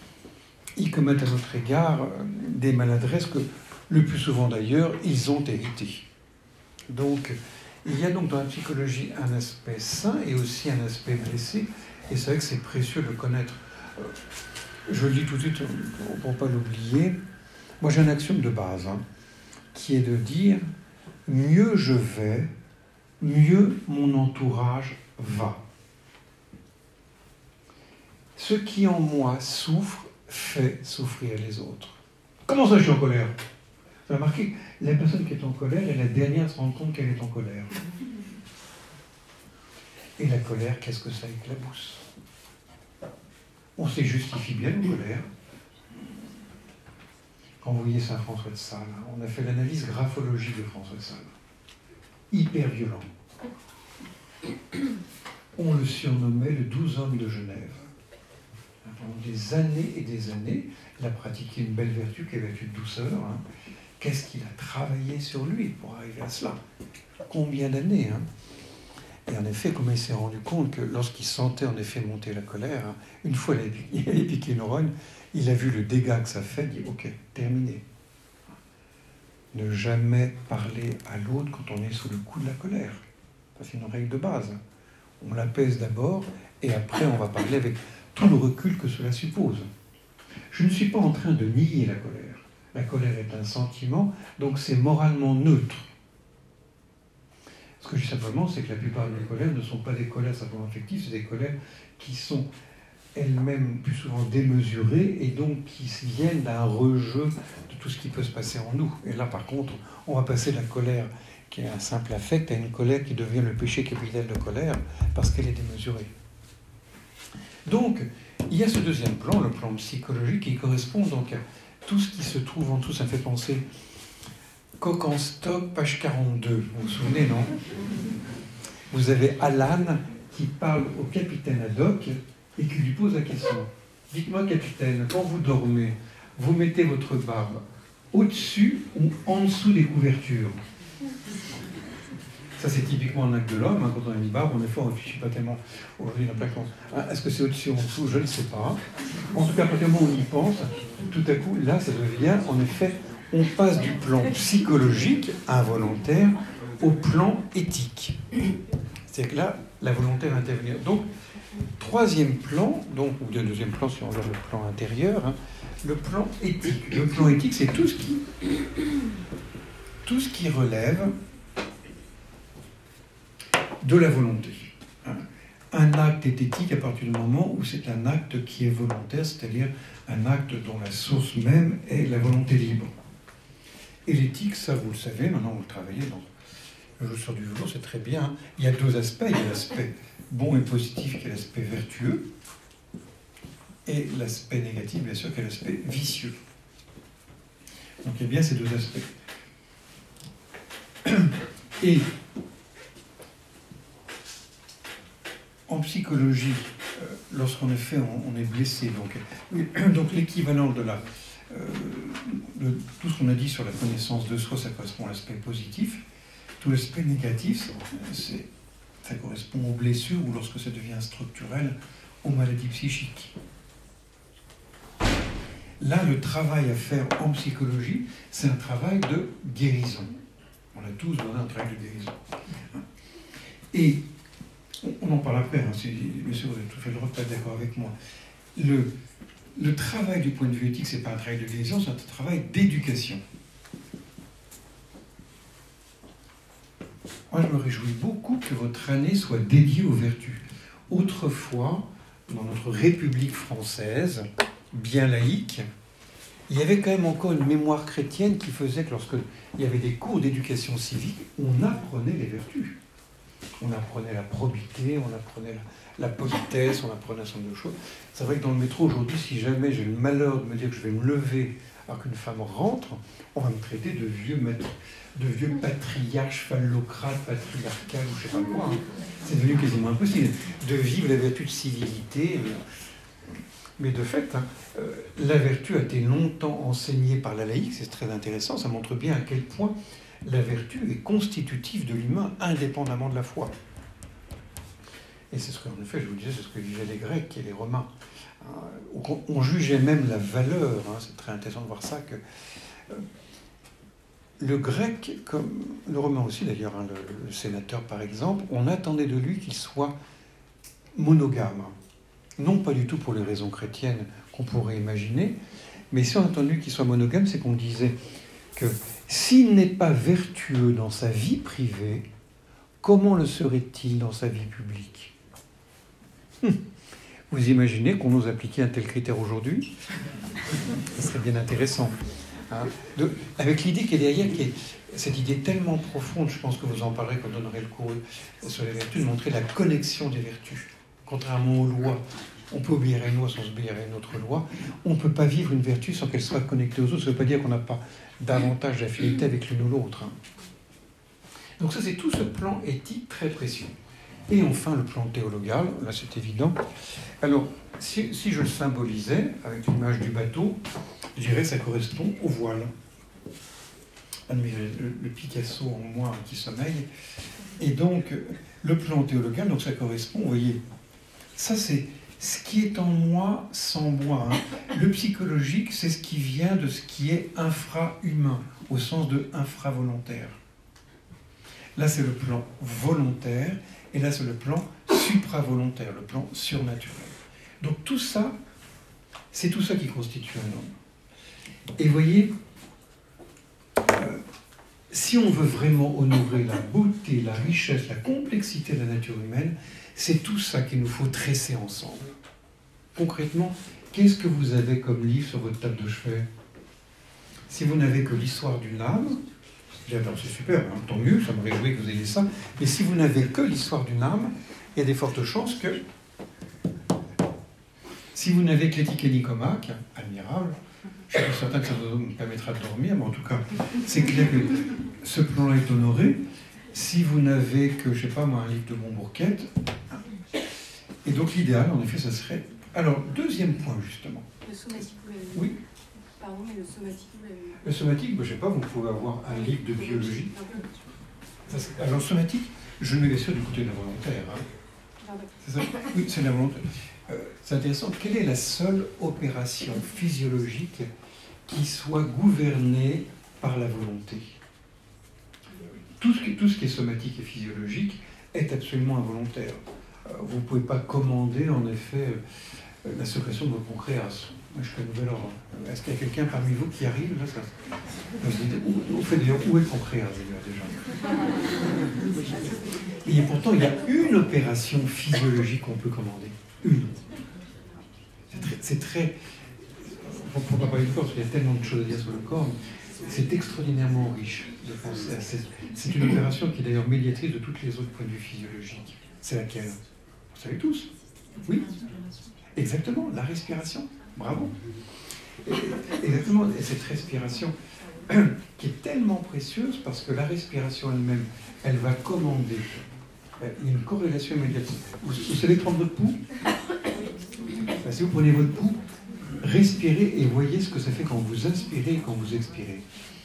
ils commettent à notre égard des maladresses que, le plus souvent d'ailleurs, ils ont héritées. Donc, il y a donc dans la psychologie un aspect sain et aussi un aspect blessé, et c'est vrai que c'est précieux de le connaître. Je le dis tout de suite pour ne pas l'oublier. Moi j'ai un axiome de base, hein, qui est de dire « mieux je vais, mieux mon entourage va ». Ce qui en moi souffre fait souffrir les autres. Comment ça je suis en colère ? Vous avez remarqué, la personne qui est en colère est la dernière à se rendre compte qu'elle est en colère. Et la colère, qu'est-ce que ça éclabousse ? On se justifie bien nos colères. Quand vous voyez Saint François de Sales, on a fait l'analyse graphologique de François de Sales. Hyper violent. On le surnommait le douze homme de Genève. pendant des années et des années, il a pratiqué une belle vertu qui est la vertu de douceur. Hein. Qu'est-ce qu'il a travaillé sur lui pour arriver à cela? Combien d'années hein. Et en effet, comme il s'est rendu compte que lorsqu'il sentait en effet monter la colère, hein, une fois il avait piqué une rogne, il a vu le dégât que ça fait, il dit « Ok, terminé ». Ne jamais parler à l'autre quand on est sous le coup de la colère. Ça, c'est une règle de base. On l'apaise d'abord et après on va parler avec tout le recul que cela suppose. Je ne suis pas en train de nier la colère. La colère est un sentiment, donc c'est moralement neutre. Ce que je dis simplement, c'est que la plupart des colères ne sont pas des colères simplement affectives, c'est des colères qui sont elles-mêmes plus souvent démesurées et donc qui viennent d'un rejeu de tout ce qui peut se passer en nous. Et là, par contre, on va passer de la colère qui est un simple affect à une colère qui devient le péché capital de colère parce qu'elle est démesurée. Donc, il y a ce deuxième plan, le plan psychologique, qui correspond donc à tout ce qui se trouve en dessous. Ça me fait penser Coq en stock, page quarante-deux. Vous vous souvenez, non? Vous avez Alan qui parle au capitaine Haddock et qui lui pose la question. Dites-moi, capitaine, quand vous dormez, vous mettez votre barbe au-dessus ou en dessous des couvertures? Ça, c'est typiquement un acte de l'homme. Hein, quand on a une barbe, en effet, on ne réfléchit pas tellement aujourd'hui dans la plaque. Hein, est-ce que c'est au-dessus ou en dessous? Je ne sais pas. En tout cas, à partir du moment où on y pense, tout à coup, là, ça devient, en effet, on passe du plan psychologique, involontaire, au plan éthique. C'est que là, la volonté va intervenir. Donc, troisième plan, donc, ou le deuxième plan, si on regarde le plan intérieur, hein, le plan éthique. Le plan éthique, c'est tout ce qui, tout ce qui relève de la volonté. Un acte est éthique à partir du moment où c'est un acte qui est volontaire, c'est-à-dire un acte dont la source même est la volonté libre. Et l'éthique, ça vous le savez, maintenant vous le travaillez dans le jeu sur du velours, c'est très bien. Il y a deux aspects, il y a l'aspect bon et positif qui est l'aspect vertueux, et l'aspect négatif, bien sûr, qui est l'aspect vicieux. Donc il y a bien ces deux aspects. Et en psychologie, euh, lorsqu'en effet on, on est blessé, donc, donc l'équivalent de, la, euh, de tout ce qu'on a dit sur la connaissance de soi, ça correspond à l'aspect positif. Tout l'aspect négatif, c'est, ça correspond aux blessures ou lorsque ça devient structurel, aux maladies psychiques. Là, le travail à faire en psychologie, c'est un travail de guérison. On a tous besoin d'un travail de guérison. Et on en parle après, hein, si, bien sûr, vous avez tout fait le droit d'être d'accord avec moi. Le, le travail du point de vue éthique, ce n'est pas un travail de guérison, c'est un travail d'éducation. Moi, je me réjouis beaucoup que votre année soit dédiée aux vertus. Autrefois, dans notre République française, bien laïque, il y avait quand même encore une mémoire chrétienne qui faisait que lorsqu'il y avait des cours d'éducation civique, on apprenait les vertus. On apprenait la probité, on apprenait la, la politesse, on apprenait un certain nombre de choses. C'est vrai que dans le métro aujourd'hui, si jamais j'ai le malheur de me dire que je vais me lever alors qu'une femme rentre, on va me traiter de vieux maître, de vieux patriarche, phallocrate, patriarcal ou je ne sais pas quoi. Hein. C'est devenu quasiment impossible de vivre la vertu de civilité. Mais de fait, hein, euh, la vertu a été longtemps enseignée par la laïque, c'est très intéressant, ça montre bien à quel point la vertu est constitutive de l'humain, indépendamment de la foi. Et c'est ce qu'en effet, je vous disais, c'est ce que vivaient les Grecs et les Romains. Euh, on jugeait même la valeur, hein, c'est très intéressant de voir ça, que euh, le grec, comme le romain aussi d'ailleurs, hein, le, le sénateur par exemple, on attendait de lui qu'il soit monogame. Non pas du tout pour les raisons chrétiennes qu'on pourrait imaginer, mais si on a entendu qu'il soit monogame, c'est qu'on disait que s'il n'est pas vertueux dans sa vie privée, comment le serait-il dans sa vie publique? hum. Vous imaginez qu'on ose appliquer un tel critère aujourd'hui? Ce serait bien intéressant. Hein, de, avec l'idée qui est derrière, qui est cette idée tellement profonde, je pense que vous en parlerez quand on donnerait le cours sur les vertus, de montrer la connexion des vertus. Contrairement aux lois, on peut obéir à une loi sans obéir à une autre loi. On ne peut pas vivre une vertu sans qu'elle soit connectée aux autres. Ça ne veut pas dire qu'on n'a pas davantage d'affinité avec l'une ou l'autre. Hein. Donc ça, c'est tout ce plan éthique très précieux. Et enfin, le plan théologal, là c'est évident. Alors, si, si je le symbolisais avec l'image du bateau, je dirais que ça correspond au voile. Admirez le, le Picasso en moi qui sommeille. Et donc, le plan théologal, donc ça correspond, vous voyez, ça c'est ce qui est en moi sans moi. Hein. Le psychologique, c'est ce qui vient de ce qui est infra-humain, au sens de infravolontaire. Là, c'est le plan volontaire, et là, c'est le plan supravolontaire, le plan surnaturel. Donc tout ça, c'est tout ça qui constitue un homme. Et vous voyez, euh, si on veut vraiment honorer la beauté, la richesse, la complexité de la nature humaine, c'est tout ça qu'il nous faut tresser ensemble. Concrètement, qu'est-ce que vous avez comme livre sur votre table de chevet? Si vous n'avez que l'histoire d'une âme, alors c'est super, hein, tant mieux, ça me réjouit que vous ayez ça, mais si vous n'avez que l'histoire d'une âme, il y a des fortes chances que, si vous n'avez que l'éthique et Nicomaque, admirable, je ne suis pas certain que ça vous permettra de dormir, mais en tout cas, c'est clair que ce plan-là est honoré. Si vous n'avez que, je ne sais pas moi, un livre de Montbourquette, et donc l'idéal, en effet, ça serait... Alors, deuxième point, justement. Le somatique, vous l'avez vu. Oui. Pardon, mais le somatique, vous l'avez vu. Le somatique, je ne sais pas, vous pouvez avoir un livre de biologie. Alors, somatique, je mets les sûr du côté de la volontaire. Hein. C'est ça? Oui, c'est la volonté. Euh, c'est intéressant. Quelle est la seule opération physiologique qui soit gouvernée par la volonté? Tout ce qui, tout ce qui est somatique et physiologique est absolument involontaire. Euh, vous ne pouvez pas commander, en effet, euh, la sécrétion de votre pancréas. Moi, je fais un nouvel ordre. Est-ce qu'il y a quelqu'un parmi vous qui arrive là, ça... Vous dites, où, où, fait, où est le pancréas déjà? Et pourtant, il y a une opération physiologique qu'on peut commander. Une. C'est très... C'est très... On ne peut pas parler du corps, parce qu'il y a tellement de choses à dire sur le corps, mais c'est extraordinairement riche de penser à cette... C'est une opération qui est d'ailleurs médiatrice de toutes les autres points de vue physiologiques. C'est laquelle? Vous savez tous? Oui? Exactement, la respiration. Bravo. Et, exactement, et cette respiration qui est tellement précieuse parce que la respiration elle-même, elle va commander. Il y a une corrélation immédiate. Vous, vous savez prendre votre pouls? Ben, si vous prenez votre pouls, respirez et voyez ce que ça fait quand vous inspirez et quand vous expirez.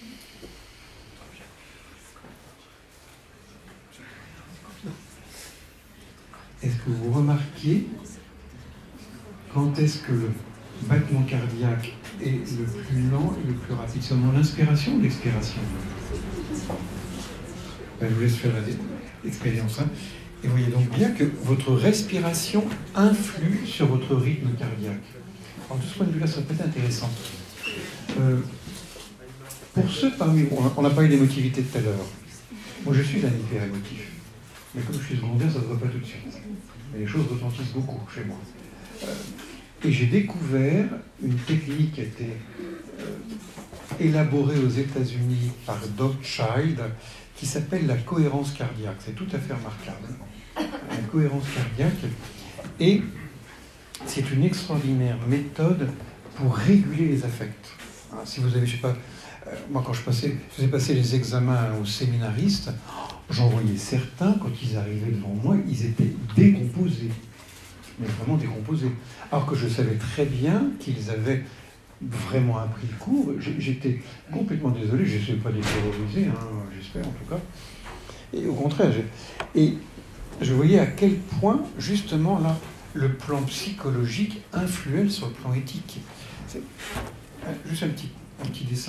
Est-ce que vous remarquez quand est-ce que le battement cardiaque est le plus lent et le plus rapide? C'est dans l'inspiration ou l'expiration? Ben, je vous laisse faire l'expérience. Hein. Et voyez donc bien que votre respiration influe sur votre rythme cardiaque. Alors, de ce point de vue-là, ça peut être intéressant. Euh, pour ceux parmi vous, on a parlé d'émotivité tout à l'heure. Moi, je suis un hyper émotif. Mais comme je suis secondaire, ça ne se voit pas tout de suite. Mais les choses retentissent beaucoup chez moi. Euh, et j'ai découvert une technique qui a été euh, élaborée aux États-Unis par Doug Child, qui s'appelle la cohérence cardiaque. C'est tout à fait remarquable. La cohérence cardiaque. Et c'est une extraordinaire méthode pour réguler les affects. Hein, si vous avez, je sais pas, euh, moi quand je passais, je faisais passer les examens aux séminaristes, j'en voyais certains, quand ils arrivaient devant moi, ils étaient décomposés. Mais vraiment décomposés. Alors que je savais très bien qu'ils avaient vraiment appris le cours. J'étais complètement désolé, je ne sais pas les terroriser, hein, j'espère en tout cas. Et au contraire, je... et je voyais à quel point, justement, là, le plan psychologique influait sur le plan éthique. C'est juste un petit, un petit dessin.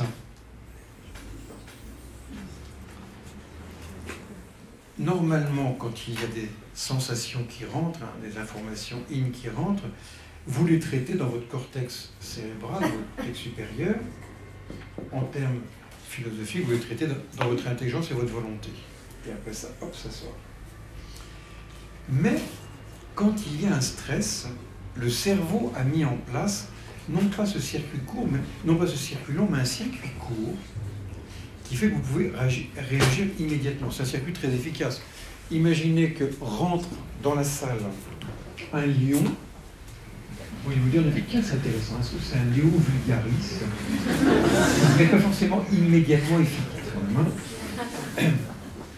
Normalement, quand il y a des sensations qui rentrent, hein, des informations in qui rentrent, vous les traitez dans votre cortex cérébral, votre cortex supérieur. En termes philosophiques, vous les traitez dans, dans votre intelligence et votre volonté. Et après ça, hop, ça sort. Mais, quand il y a un stress, le cerveau a mis en place, non pas ce circuit court, mais, non pas ce circuit long, mais un circuit court, qui fait que vous pouvez réagir, réagir immédiatement. C'est un circuit très efficace. Imaginez que rentre dans la salle un lion. Vous pouvez vous dire, tiens, c'est intéressant, est-ce que c'est un lion vulgaris? Ce n'est pas forcément immédiatement efficace.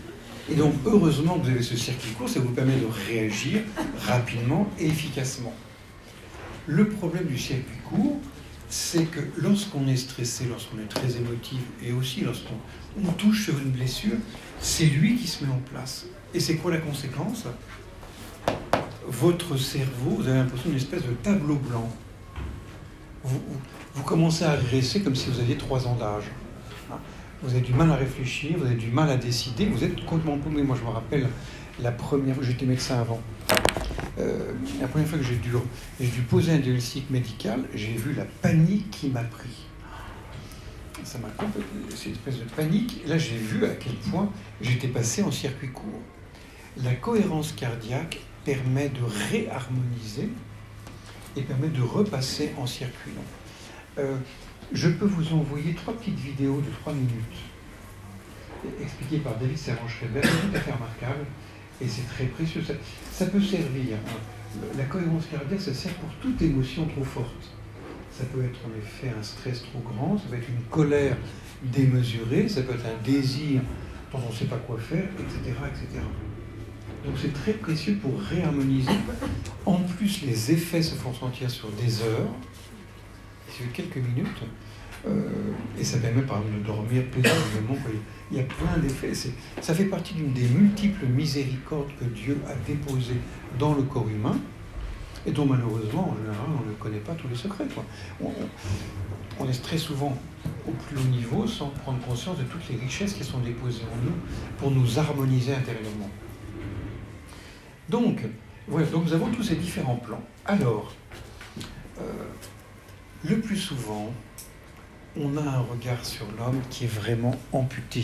Et donc, heureusement que vous avez ce circuit court, ça vous permet de réagir rapidement et efficacement. Le problème du circuit court, c'est que lorsqu'on est stressé, lorsqu'on est très émotif, et aussi lorsqu'on on touche sur une blessure, c'est lui qui se met en place. Et c'est quoi la conséquence? Votre cerveau, vous avez l'impression d'une espèce de tableau blanc. Vous, vous, vous commencez à agresser comme si vous aviez trois ans d'âge. Vous avez du mal à réfléchir, vous avez du mal à décider, vous êtes complètement paumé. Moi, je me rappelle la première fois, j'étais médecin avant, euh, la première fois que j'ai dû, j'ai dû poser un diagnostic médical, j'ai vu la panique qui m'a pris. Ça m'a complètement... C'est une espèce de panique. Là, j'ai vu à quel point j'étais passé en circuit court. La cohérence cardiaque permet de réharmoniser et permet de repasser en circuit long. Euh, je peux vous envoyer trois petites vidéos de trois minutes expliquées par David Servan-Schreiber, c'est tout à fait remarquable et c'est très précieux. Ça, ça peut servir. Hein. La cohérence cardiaque, ça sert pour toute émotion trop forte. Ça peut être en effet un stress trop grand, ça peut être une colère démesurée, ça peut être un désir dont on ne sait pas quoi faire, et cetera, et cetera. Donc c'est très précieux pour réharmoniser. En plus, les effets se font sentir sur des heures, sur quelques minutes, euh, et ça permet par exemple de dormir paisiblement. Il y a plein d'effets. C'est, ça fait partie d'une des multiples miséricordes que Dieu a déposées dans le corps humain, et dont malheureusement, en général, on ne connaît pas tous les secrets. Quoi. On, on, on est très souvent au plus haut niveau sans prendre conscience de toutes les richesses qui sont déposées en nous pour nous harmoniser intérieurement. Donc, voilà, donc nous avons tous ces différents plans. Alors, euh, le plus souvent, on a un regard sur l'homme qui est vraiment amputé.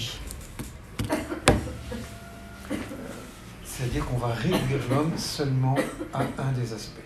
C'est-à-dire qu'on va réduire l'homme seulement à un des aspects.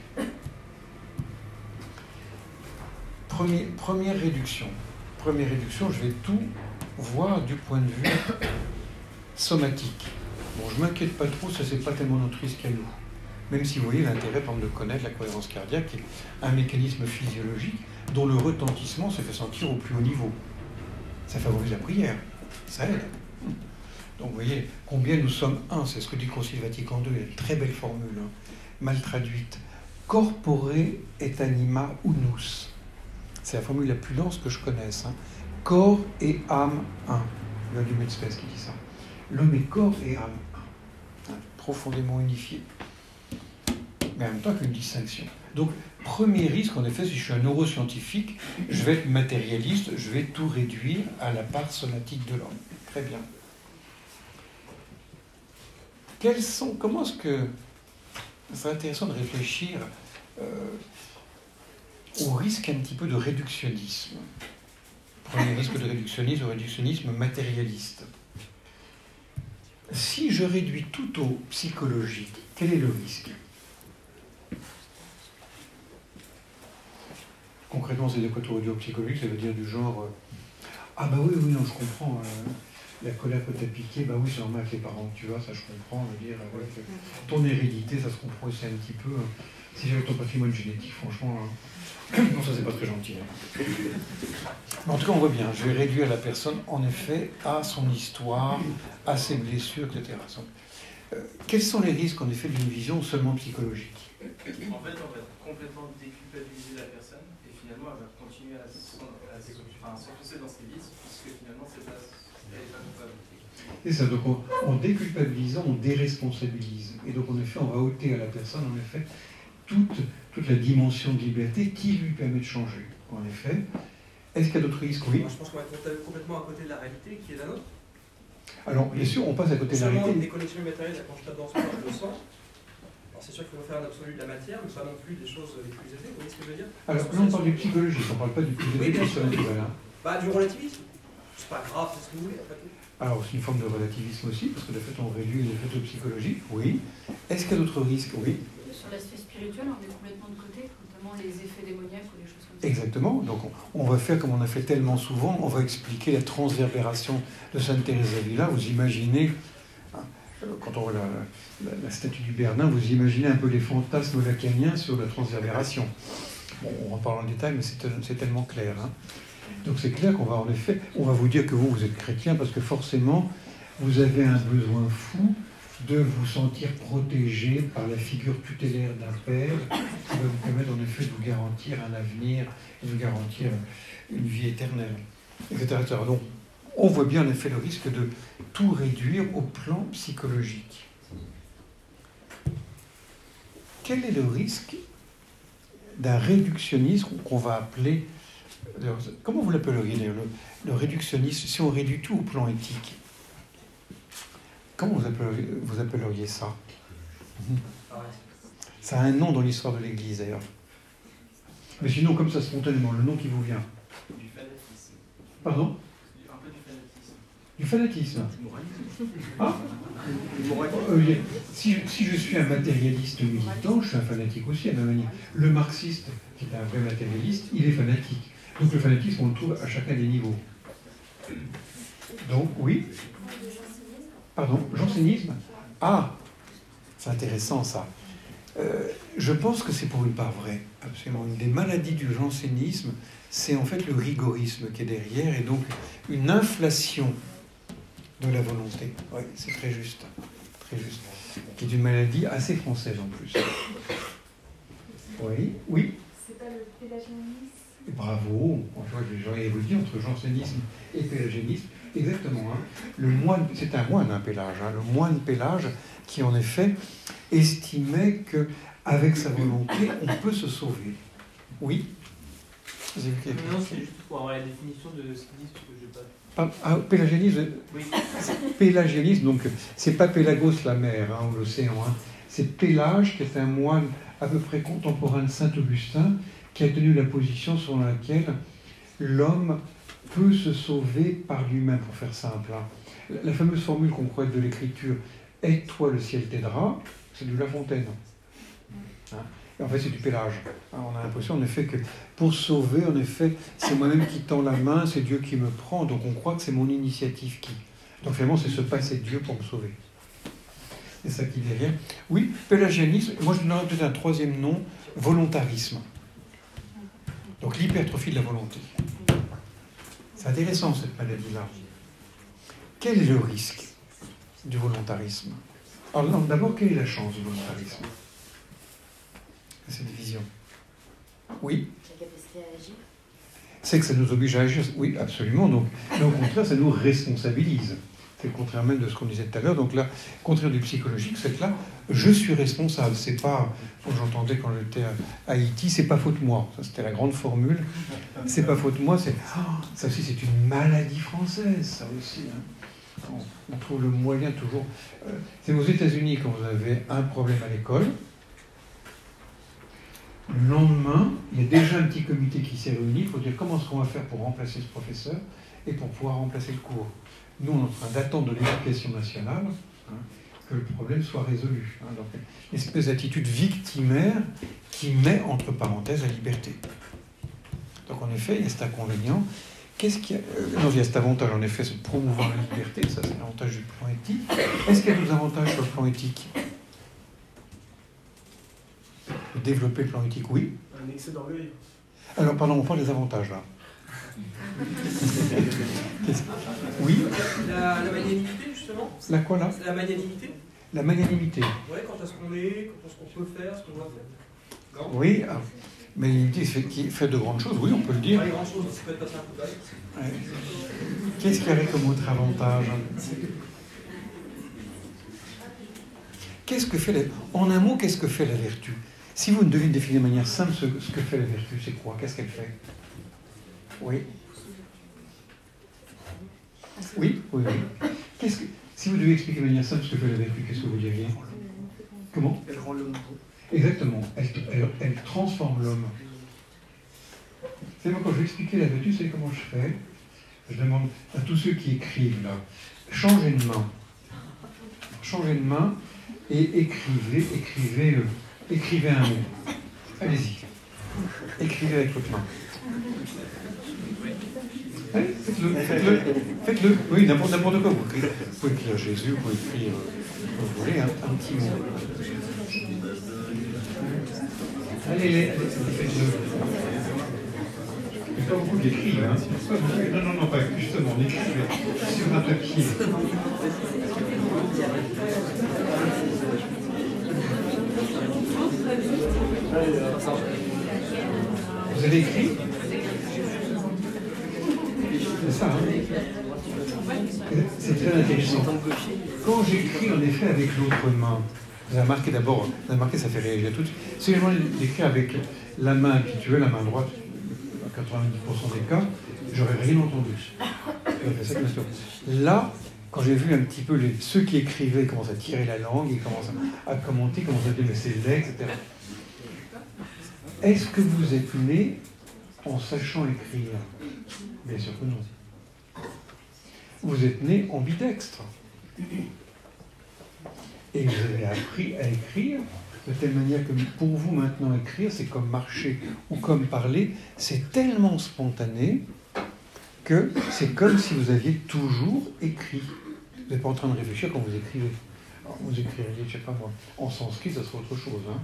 Premier, première réduction. Première réduction, je vais tout voir du point de vue somatique. Bon, je ne m'inquiète pas trop, ça c'est pas tellement notre risque à nous. Même si vous voyez l'intérêt, par exemple, de connaître la cohérence cardiaque, qui est un mécanisme physiologique dont le retentissement se fait sentir au plus haut niveau. Ça favorise la prière, ça aide. Donc vous voyez combien nous sommes un, c'est ce que dit le Concile Vatican deux, il y a une très belle formule, hein, mal traduite. Corpore et anima unus. C'est la formule la plus dense que je connaisse. Hein. Corps et âme un. Il y a du Metzpès qui dit ça. L'homme est corps et âme un. Hein, profondément unifié. Mais en même temps qu'une distinction. Donc, premier risque, en effet, si je suis un neuroscientifique, je vais être matérialiste, je vais tout réduire à la part somatique de l'homme. Très bien. Quels sont, comment est-ce que... Ce serait intéressant de réfléchir euh, au risque un petit peu de réductionnisme. Premier risque de réductionnisme, le réductionnisme matérialiste. Si je réduis tout au psychologique, quel est le risque ? Concrètement, c'est des pathologies psychologiques, ça veut dire du genre euh, ah bah oui, oui, non, je comprends, euh, la colère que tu as piquée, bah oui, c'est normal que les parents que tu as, ça je comprends, je veux dire, euh, ouais, que ton hérédité, ça se comprend aussi un petit peu. Euh, si j'avais ton patrimoine génétique, franchement, euh, non, ça c'est pas très gentil. Hein. Mais en tout cas, on voit bien, je vais réduire la personne, en effet, à son histoire, à ses blessures, et cetera. Euh, quels sont les risques, en effet, d'une vision seulement psychologique ? En fait, on va complètement déculpabiliser la personne et finalement, elle va continuer à, à, à s'enfoncer dans ses vices puisque finalement, c'est pas, elle n'est pas coupable. C'est ça, donc en, en déculpabilisant, on déresponsabilise. Et donc, en effet, on va ôter à la personne, en effet, toute, toute la dimension de liberté qui lui permet de changer. En effet, est-ce qu'il y a d'autres risques ? Oui. Moi, je pense qu'on va être complètement à côté de la réalité qui est la nôtre. Alors, bien sûr, on passe à côté de la réalité. Des connexions matérielles, quand je tape dans ce point, je le sens. Alors, c'est sûr qu'il faut faire un absolu de la matière, mais pas non plus des choses les plus élevées. Vous voyez ce que je veux dire ? Alors, là, on parle du psychologique, on ne parle pas du plus élevé, oui, sur naturel. Hein. Bah, du relativisme. C'est pas grave, c'est ce que vous voulez, après tout. Alors, c'est une forme de relativisme aussi, parce que de fait, on réduit les effets psychologiques, oui. Est-ce qu'il y a d'autres risques ? Oui. Sur l'aspect spirituel, on est complètement de côté, notamment les effets démoniaques ou les choses comme ça. Exactement. Donc, on, on va faire comme on a fait tellement souvent, on va expliquer la transverbération de Sainte Thérèse d'Avila. Vous imaginez, hein, quand on voit la, la, la statue du Bernin, vous imaginez un peu les fantasmes lacaniens sur la transverbération. Bon, on en parle en détail, mais c'est, c'est tellement clair. Hein. Donc, c'est clair qu'on va en effet, on va vous dire que vous, vous êtes chrétien, parce que forcément, vous avez un besoin fou de vous sentir protégé par la figure tutélaire d'un père qui va vous permettre en effet de vous garantir un avenir, de vous garantir une vie éternelle, et cetera et cetera. Donc, on voit bien en effet le risque de tout réduire au plan psychologique. Quel est le risque d'un réductionnisme qu'on va appeler... Comment vous l'appelleriez d'ailleurs, le, le réductionnisme, si on réduit tout au plan éthique? Comment vous appelleriez, vous appelleriez ça? Ça a un nom dans l'histoire de l'Église d'ailleurs. Mais sinon, comme ça, spontanément, le nom qui vous vient. Du fanatisme. Pardon? Un peu du fanatisme. Du fanatisme. Ah euh, si, je, si je suis un matérialiste militant, je suis un fanatique aussi à ma manière. Le marxiste, qui est un vrai matérialiste, il est fanatique. Donc le fanatisme, on le trouve à chacun des niveaux. Donc, oui. Pardon, jansénisme? Ah, c'est intéressant ça. Euh, je pense que c'est pour une part vrai, absolument. Une des maladies du jansénisme, c'est en fait le rigorisme qui est derrière, et donc une inflation de la volonté. Oui, c'est très juste, très juste. Qui est une maladie assez française en plus. Oui, oui. C'est pas le pélagianisme? Bravo, j'aurais vous dire entre jansénisme et pélagénisme, exactement. Hein. Le moine, c'est un moine, un Pélage, hein, le moine Pélage qui en effet estimait qu'avec sa volonté, on peut se sauver. Oui. Non, c'est juste pour avoir la définition de ce qu'ils disent, parce que je n'ai pas. Ah, pélagianisme, oui. Pélagianisme, donc c'est pas Pélagos la mer, hein, ou l'océan, hein, c'est Pélage qui est un moine à peu près contemporain de Saint-Augustin, qui a tenu la position selon laquelle l'homme peut se sauver par lui-même, pour faire simple. Hein. La fameuse formule qu'on croit être de l'écriture, « Aide-toi, le ciel t'aidera », c'est de La Fontaine. Hein. Et en fait, c'est du Pélage. Hein, on a l'impression, en effet, que pour sauver, en effet, c'est moi-même qui tends la main, c'est Dieu qui me prend, donc on croit que c'est mon initiative qui... Donc finalement, c'est se passer de Dieu pour me sauver. C'est ça qui est derrière. Oui, pélagianisme, moi je donnerais peut-être un troisième nom, volontarisme. Donc l'hypertrophie de la volonté. C'est intéressant cette maladie-là. Quel est le risque du volontarisme? Alors non, d'abord, quelle est la chance du volontarisme? Cette vision. Oui? La capacité à agir. C'est que ça nous oblige à agir. Oui, absolument. Donc, mais au contraire, ça nous responsabilise. C'est le contraire même de ce qu'on disait tout à l'heure. Donc là, contraire du psychologique, c'est que là, je suis responsable. C'est pas, j'entendais quand j'étais à Haïti, c'est pas faute moi. Ça, c'était la grande formule. C'est pas faute moi. C'est oh, ça aussi, c'est une maladie française. Ça aussi. Hein. On, on trouve le moyen toujours. Euh, c'est aux États-Unis quand vous avez un problème à l'école. Le lendemain, il y a déjà un petit comité qui s'est réuni pour dire comment est-ce qu'on va faire pour remplacer ce professeur et pour pouvoir remplacer le cours. Nous, on est en train d'attendre de l'éducation nationale hein, que le problème soit résolu. Hein, donc, une espèce d'attitude victimaire qui met entre parenthèses la liberté. Donc, en effet, il y a cet inconvénient. Qu'est-ce qu'il y a euh, Non, il y a cet avantage, en effet, c'est de promouvoir la liberté. Ça, c'est l'avantage du plan éthique. Est-ce qu'il y a d'autres avantages sur le plan éthique? De développer le plan éthique, oui. Un excès d'orgueil. Alors, pardon, on parle des avantages, là. Oui. La, la magnanimité, justement. La quoi, là? La magnanimité. La magnanimité. Ouais, quand est-ce qu'on est, quand est-ce qu'on peut faire, ce qu'on doit faire. Non. Oui, ah, magnanimité fait, qui fait de grandes choses, oui, on peut le dire. Pas les grandes choses, ça peut être passer un coup d'œil. Ouais. Qu'est-ce qu'il y avait comme autre avantage? Qu'est-ce que fait la... En un mot, qu'est-ce que fait la vertu? Si vous deviez définir de manière simple ce, ce que fait la vertu, c'est quoi? Qu'est-ce qu'elle fait? Oui. Oui, oui, oui. Qu'est-ce que... Si vous devez expliquer de manière simple ce que fait la vertu, qu'est-ce que vous diriez? Comment? Elle rend l'homme beau. Exactement. Elle, elle, elle transforme l'homme. C'est moi, quand je vais expliquer la vertu, c'est comment je fais. Je demande à tous ceux qui écrivent là, changez de main. Changez de main et écrivez, écrivez, euh, écrivez un mot. Allez-y. Écrivez avec votre main. Allez, faites-le, faites-le, faites-le. Oui, n'importe, n'importe quoi. Vous, écrivez, vous pouvez écrire Jésus, vous pouvez écrire, euh, vous voulez, un, un petit mot. Allez, allez, allez, faites-le. pas beaucoup d'écrit, hein. Pas beaucoup. Non, non, non, pas justement, on écrit sur un papier. Vous avez écrit? C'est ça, hein? C'est très intéressant. Quand j'écris, en effet, avec l'autre main, vous avez remarqué d'abord, vous avez remarqué, ça fait réagir tout de suite. Si je l'écris avec la main habituelle, la main droite, à quatre-vingt-dix pour cent des cas, j'aurais rien entendu. Là, quand j'ai vu un petit peu les, ceux qui écrivaient commencent à tirer la langue, ils commencent à, à commenter, commencent à dire mais c'est laid, et cetera. Est-ce que vous êtes né en sachant écrire? Bien sûr que non. Vous êtes né ambidextre. Et vous avez appris à écrire de telle manière que pour vous maintenant écrire, c'est comme marcher ou comme parler, c'est tellement spontané que c'est comme si vous aviez toujours écrit. Vous n'êtes pas en train de réfléchir quand vous écrivez. Alors, vous écririez, je ne sais pas moi, en sanskrit, ça serait autre chose. Hein.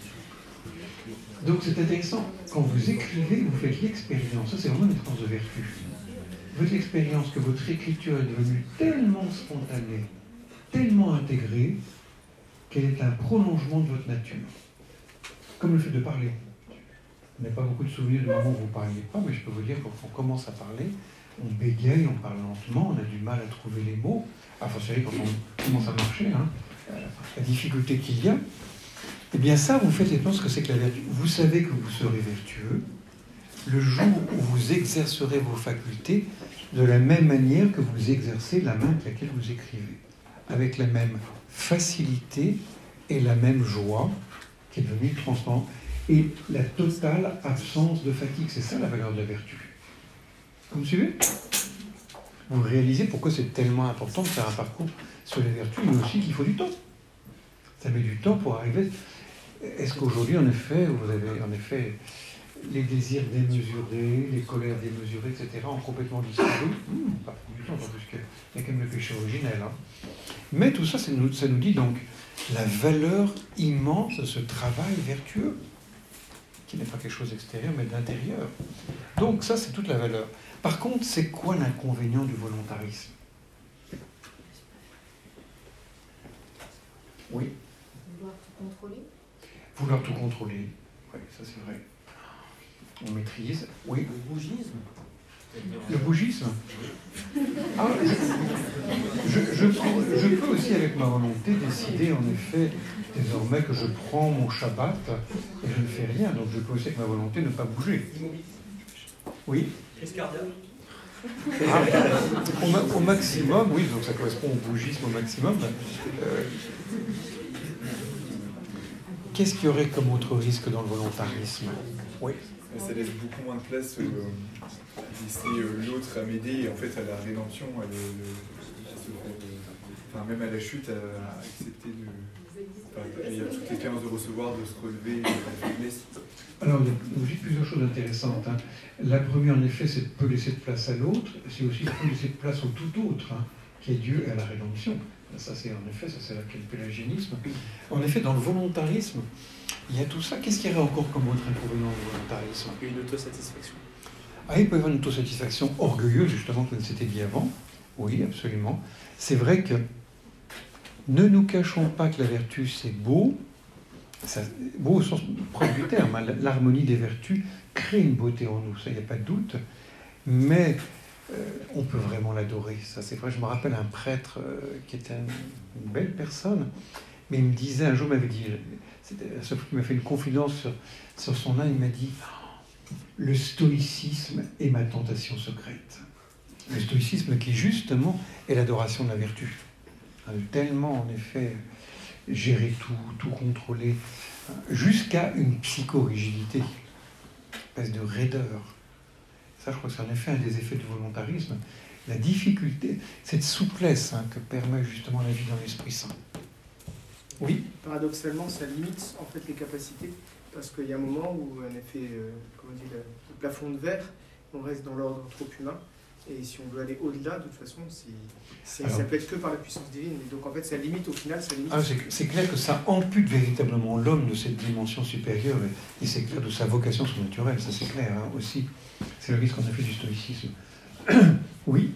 Donc c'est intéressant. Quand vous écrivez, vous faites l'expérience. Ça, c'est vraiment une transe de vertu. Vous faites l'expérience que votre écriture est devenue tellement spontanée, tellement intégrée, qu'elle est un prolongement de votre nature. Comme le fait de parler. On n'a pas beaucoup de souvenirs du moment où vous ne parliez pas, mais je peux vous dire que quand on commence à parler, on bégaye, on parle lentement, on a du mal à trouver les mots. Enfin, vous savez, quand on commence à marcher, hein, la difficulté qu'il y a. Eh bien ça, vous faites l'expérience que c'est que la vertu. Vous savez que vous serez vertueux le jour où vous exercerez vos facultés de la même manière que vous exercez la main avec laquelle vous écrivez. Avec la même facilité et la même joie qui est devenue transparente. Et la totale absence de fatigue. C'est ça la valeur de la vertu. Vous me suivez? Vous réalisez pourquoi c'est tellement important de faire un parcours sur les vertus, mais aussi qu'il faut du temps. Ça met du temps pour arriver. Est-ce qu'aujourd'hui, en effet, vous avez en effet les désirs démesurés, les colères démesurées, et cetera, ont complètement disparu? mmh, Pas du tout, parce qu'il y a quand même le péché originel. Hein. Mais tout ça, ça nous, ça nous dit donc la valeur immense de ce travail vertueux, qui n'est pas quelque chose d'extérieur, mais d'intérieur. Donc ça, c'est toute la valeur. Par contre, c'est quoi l'inconvénient du volontarisme? Oui. Vouloir tout contrôler. Vouloir tout contrôler. Oui, ça c'est vrai. On maîtrise. Oui. Le bougisme. Le bougisme. Ah, je, je, je, je peux aussi, avec ma volonté, décider, en effet, désormais, que je prends mon Shabbat et je ne fais rien. Donc je peux aussi, avec ma volonté, ne pas bouger. Oui. Crise cardiaque. Ah, au, ma, au maximum, oui, donc ça correspond au bougisme au maximum. Euh, Qu'est-ce qu'il y aurait comme autre risque dans le volontarisme? Oui. Ça laisse beaucoup moins de place, euh, laisser euh, l'autre à m'aider, et en fait à la rédemption, à, le, le, à se faire, euh, enfin même à la chute, à, à accepter de... Enfin, il y a toute l'expérience de recevoir, de se relever, de la faiblesse. Alors, il y a aussi plusieurs choses intéressantes. Hein. La première, en effet, c'est de peu laisser de place à l'autre. C'est aussi de peu laisser de place au tout autre, hein, qui est Dieu et à la rédemption. Ça, c'est en effet, ça c'est le pélagianisme. En effet, dans le volontarisme, il y a tout ça. Qu'est-ce qu'il y aurait encore comme autre inconvénient du volontarisme? Une autosatisfaction. Ah, il peut y avoir une autosatisfaction orgueilleuse, justement, comme c'était dit avant. Oui, absolument. C'est vrai que ne nous cachons pas que la vertu, c'est beau. Ça, beau au sens propre du terme. Hein. L'harmonie des vertus crée une beauté en nous, ça, il n'y a pas de doute. Mais euh, on peut vraiment l'adorer. Ça, c'est vrai. Je me rappelle un prêtre euh, qui était une, une belle personne, mais il me disait, un jour, il m'avait dit, c'était la seule fois qu'il m'a fait une confidence sur, sur son âme, il m'a dit, le stoïcisme est ma tentation secrète. Le stoïcisme qui, justement, est l'adoration de la vertu. Tellement, en effet, gérer tout, tout contrôler, jusqu'à une psychorigidité, une espèce de raideur. Ça, je crois que c'est en effet un des effets du volontarisme. La difficulté, cette souplesse hein, que permet justement la vie dans l'Esprit Saint. Oui. Paradoxalement, ça limite en fait les capacités, parce qu'il y a un moment où, en effet, euh, comment on dit, le, le plafond de verre, on reste dans l'ordre trop humain, Et si on veut aller au-delà, de toute façon, c'est, c'est, Alors, ça peut être que par la puissance divine. Et donc en fait, ça limite, au final, ça limite. Ah, c'est, c'est clair que ça ampute véritablement l'homme de cette dimension supérieure, et, et c'est clair de sa vocation surnaturelle, ça c'est clair hein, aussi. C'est le risque qu'on a fait du stoïcisme. Oui.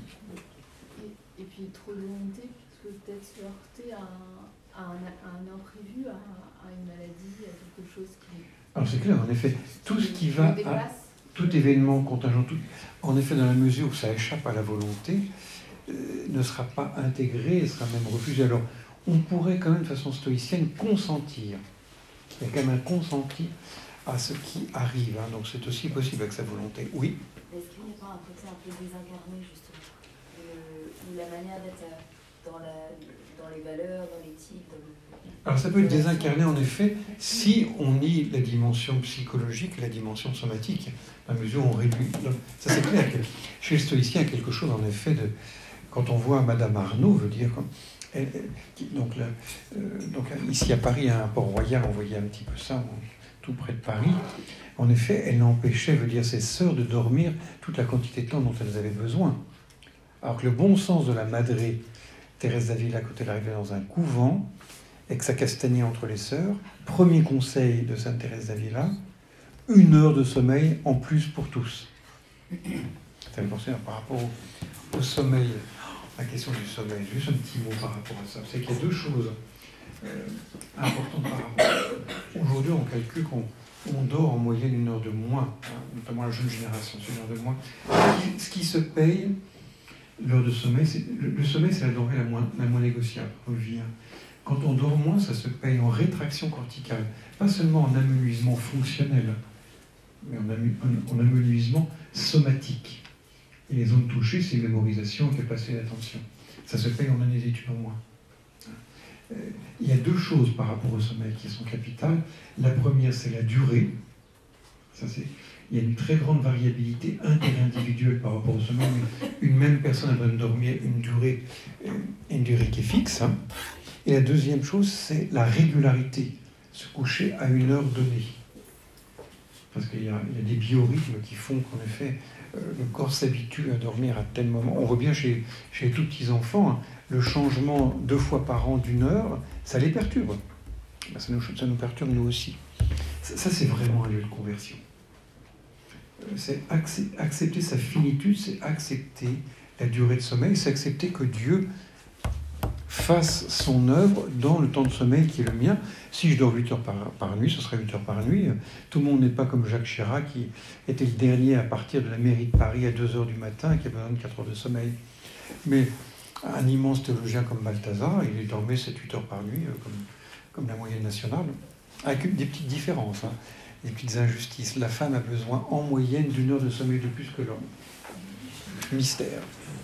Et, et puis trop de volonté, puisque peut-être se heurter à un, à un, à un imprévu, à, à une maladie, à quelque chose qui... Alors c'est clair, en effet, tout ce qui va... À, dépasse. tout événement contingent, tout, en effet, dans la mesure où ça échappe à la volonté, euh, ne sera pas intégré, sera même refusé. Alors, on pourrait quand même, de façon stoïcienne, consentir. Il y a quand même un consenti à ce qui arrive. Hein, donc, c'est aussi possible avec sa volonté. Oui. Est-ce qu'il n'y a pas un côté un peu désincarné, justement, de, de la manière d'être dans, la, dans les valeurs, dans l'éthique, dans le... Alors, ça peut être désincarné, en effet, si on nie la dimension psychologique et la dimension somatique, à mesure où on réduit. Ça, c'est clair que chez le stoïcien, il y a quelque chose, en effet, de. Quand on voit Madame Arnaud, veut dire. Elle, elle, donc, là, euh, donc, ici à Paris, à un Port-Royal, on voyait un petit peu ça, tout près de Paris. En effet, elle empêchait, veut dire, ses sœurs de dormir toute la quantité de temps dont elles avaient besoin. Alors que le bon sens de la Madré Thérèse d'Avila, quand elle arrivait dans un couvent, et que ça castagnait entre les sœurs, premier conseil de Sainte Thérèse d'Avila, une heure de sommeil en plus pour tous. Ça me pensé par rapport au, au sommeil, la question du sommeil. Juste un petit mot par rapport à ça. C'est qu'il y a deux choses euh, importantes par rapport. Aujourd'hui, on calcule qu'on on dort en moyenne une heure de moins, hein, notamment la jeune génération, c'est une heure de moins. Ce qui se paye, l'heure de sommeil, c'est, le, le sommeil, c'est la denrée la moins, la moins négociable. Revient. Quand on dort moins, ça se paye en rétraction corticale, pas seulement en amenuisement fonctionnel, mais en, amu, en, en amenuisement somatique. Et les zones touchées, c'est mémorisation, capacité d'attention. Ça se paye en anésétude en moins. Euh, il y a deux choses par rapport au sommeil qui sont capitales. La première, c'est la durée. Ça, c'est, il y a une très grande variabilité interindividuelle par rapport au sommeil. Mais une même personne a besoin de dormir une durée, une durée qui est fixe. Hein. Et la deuxième chose, c'est la régularité, se coucher à une heure donnée. Parce qu'il y a, il y a des biorhythmes qui font qu'en effet, euh, le corps s'habitue à dormir à tel moment. On voit bien chez, chez les tout petits enfants, hein, le changement deux fois par an d'une heure, ça les perturbe. Ben, ça, nous, ça nous perturbe nous aussi. Ça, ça, c'est vraiment un lieu de conversion. C'est accepter sa finitude, c'est accepter la durée de sommeil, c'est accepter que Dieu fasse son œuvre dans le temps de sommeil qui est le mien. Si je dors huit heures par, par nuit, ce serait huit heures par nuit. Tout le monde n'est pas comme Jacques Chirac, qui était le dernier à partir de la mairie de Paris à deux heures du matin et qui a besoin de quatre heures de sommeil. Mais un immense théologien comme Balthazar, il dormait sept huit heures par nuit, comme, comme la moyenne nationale, avec des petites différences, hein, des petites injustices. La femme a besoin en moyenne d'une heure de sommeil de plus que l'homme. Mystère.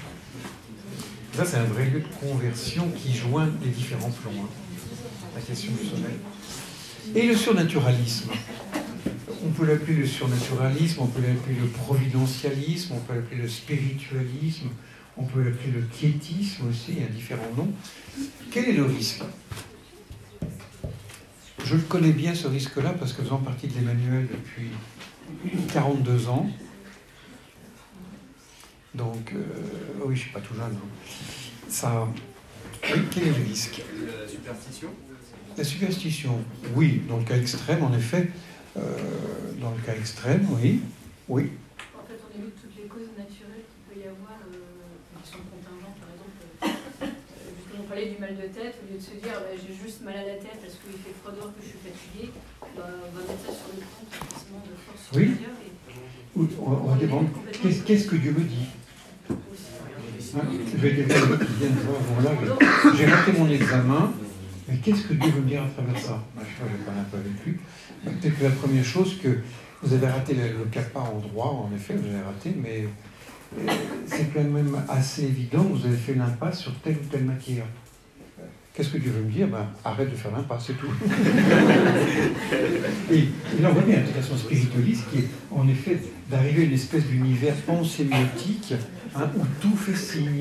Ça, c'est un vrai lieu de conversion qui joint les différents plans. Hein, la question du sommeil. Et le surnaturalisme. On peut l'appeler le surnaturalisme, on peut l'appeler le providentialisme, on peut l'appeler le spiritualisme, on peut l'appeler le quiétisme aussi, il y a différents noms. Quel est le risque ? Je le connais bien, ce risque-là, parce que faisant partie de l'Emmanuel depuis quarante-deux ans, donc, euh, oui, je ne suis pas tout jeune. Hein. Ça, oui, quel est le risque ? La superstition ? La superstition, oui, dans le cas extrême, en effet. Euh, dans le cas extrême, oui. Oui. En fait, on évite toutes les causes naturelles qu'il peut y avoir, euh, qui sont contingentes, par exemple. Euh, justement, on parlait du mal de tête, au lieu de se dire bah, j'ai juste mal à la tête parce qu'il fait froid dehors, que je suis fatigué, bah, on va mettre ça sur le compte forcément de force supérieure. Oui. Et on va, on va dépendre. Qu'est-ce, qu'est-ce que Dieu me dit ? Hein, je vais quelqu'un qui vient de voir, bon là, j'ai raté mon examen, mais qu'est-ce que Dieu veut me dire à travers ça ? Ben, je sais pas, je vais parler un peu avec lui. Peut-être que la première chose, que vous avez raté le, le capa en droit, en effet, vous avez raté, mais euh, c'est quand même assez évident que vous avez fait l'impasse sur telle ou telle matière. Qu'est-ce que Dieu veut me dire ? Ben, arrête de faire l'impasse, c'est tout. et, et là, on voit bien l'application spiritualiste qui est, en effet, d'arriver à une espèce d'univers pansémiotique, hein, où tout fait signe.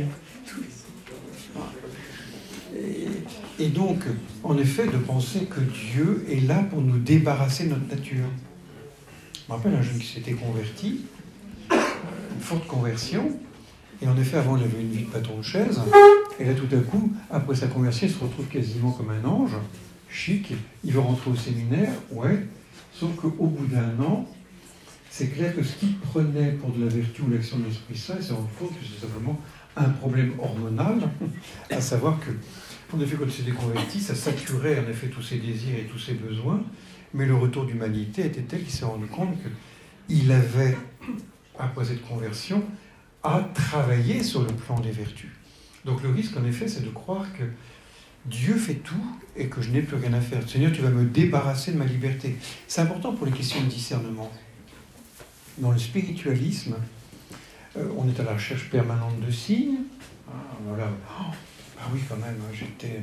Et, et donc, en effet, de penser que Dieu est là pour nous débarrasser de notre nature. Je me rappelle un jeune qui s'était converti, une forte conversion, Et en effet, avant, il avait une vie de patron de chaise. Et là, tout à coup, après sa conversion, il se retrouve quasiment comme un ange, chic. Il veut rentrer au séminaire, ouais. Sauf qu'au bout d'un an, c'est clair que ce qu'il prenait pour de la vertu ou l'action de l'Esprit Saint, il s'est rendu compte que c'est simplement un problème hormonal, à savoir que, en effet, quand il s'est déconverti, ça saturait en effet tous ses désirs et tous ses besoins, mais le retour d'humanité était tel qu'il s'est rendu compte qu'il avait, après cette conversion, à travailler sur le plan des vertus. Donc le risque, en effet, c'est de croire que Dieu fait tout et que je n'ai plus rien à faire. Seigneur, tu vas me débarrasser de ma liberté. C'est important pour les questions de discernement. Dans le spiritualisme, euh, on est à la recherche permanente de signes. Ah, voilà. Oh, ah oui, quand même, j'étais...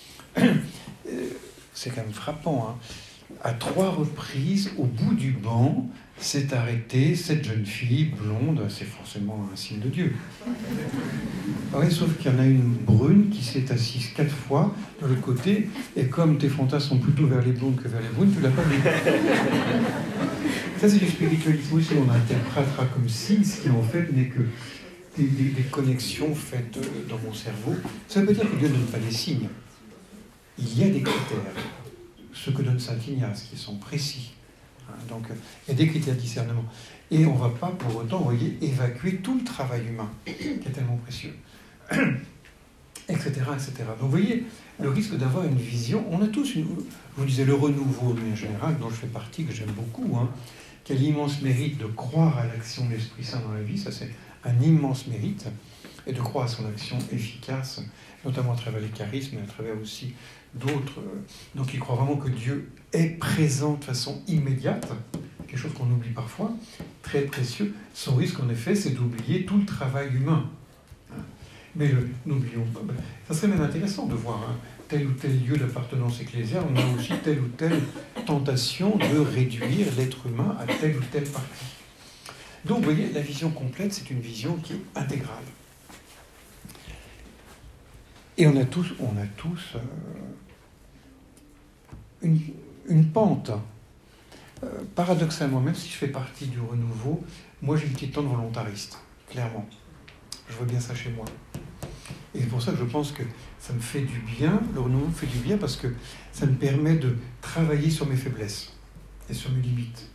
C'est quand même frappant. Hein. À trois reprises, au bout du banc, s'est arrêtée cette jeune fille blonde. C'est forcément un signe de Dieu. Ouais, sauf qu'il y en a une brune qui s'est assise quatre fois de l'autre côté, et comme tes fantasmes sont plutôt vers les blondes que vers les brunes, tu l'as pas vu. Ça, c'est du spiritualisme aussi. On interprétera comme signe ce qui en fait n'est que des, des, des connexions faites dans mon cerveau. Ça ne veut pas dire que Dieu ne donne pas des signes. Il y a des critères, ce que donne saint Ignace, qui sont précis. Donc, il y a des critères de discernement. Et on ne va pas pour autant, vous voyez, évacuer tout le travail humain, qui est tellement précieux, et cetera, et cetera. Donc, vous voyez, le risque d'avoir une vision, on a tous une... Je vous disais le renouveau, mais en général, dont je fais partie, que j'aime beaucoup, hein, qui a l'immense mérite de croire à l'action de l'Esprit Saint dans la vie, ça c'est un immense mérite, et de croire à son action efficace, notamment à travers les charismes, et à travers aussi d'autres. Donc il croit vraiment que Dieu est présent de façon immédiate, quelque chose qu'on oublie parfois, très précieux. Son risque, en effet, c'est d'oublier tout le travail humain. Mais le, n'oublions pas, ben, ça serait même intéressant de voir hein, tel ou tel lieu d'appartenance ecclésiale, on a aussi telle ou telle tentation de réduire l'être humain à telle ou telle partie. Donc, vous voyez, la vision complète, c'est une vision qui est intégrale. Et on a tous, on a tous euh, une, une pente. Euh, paradoxalement, même si je fais partie du renouveau, moi j'ai une petite tente volontariste, clairement. Je vois bien ça chez moi. Et c'est pour ça que je pense que ça me fait du bien, le renouveau me fait du bien parce que ça me permet de travailler sur mes faiblesses et sur mes limites.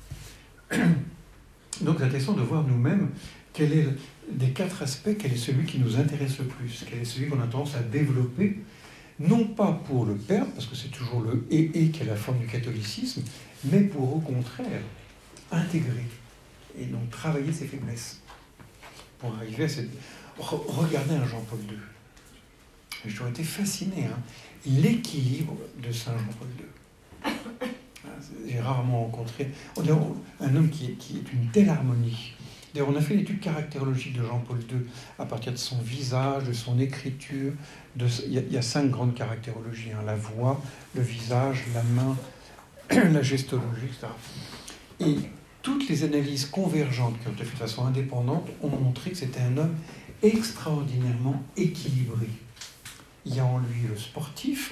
Donc c'est intéressant de voir nous-mêmes quel est, des quatre aspects, quel est celui qui nous intéresse le plus, quel est celui qu'on a tendance à développer, non pas pour le perdre, parce que c'est toujours le « et et » qui est la forme du catholicisme, mais pour au contraire intégrer et donc travailler ses faiblesses pour arriver à cette... Regardez un Jean-Paul deux. J'aurais été fasciné, hein, l'équilibre de Saint Jean-Paul deux. J'ai rarement rencontré un homme qui est, qui est une telle harmonie. D'ailleurs, on a fait l'étude caractérologique de Jean-Paul deux à partir de son visage, de son écriture. De, il, y a, il y a cinq grandes caractérologies, hein, la voix, le visage, la main, la gestologie, et cetera. Et toutes les analyses convergentes qui ont été faites de façon indépendante ont montré que c'était un homme extraordinairement équilibré. Il y a en lui le sportif,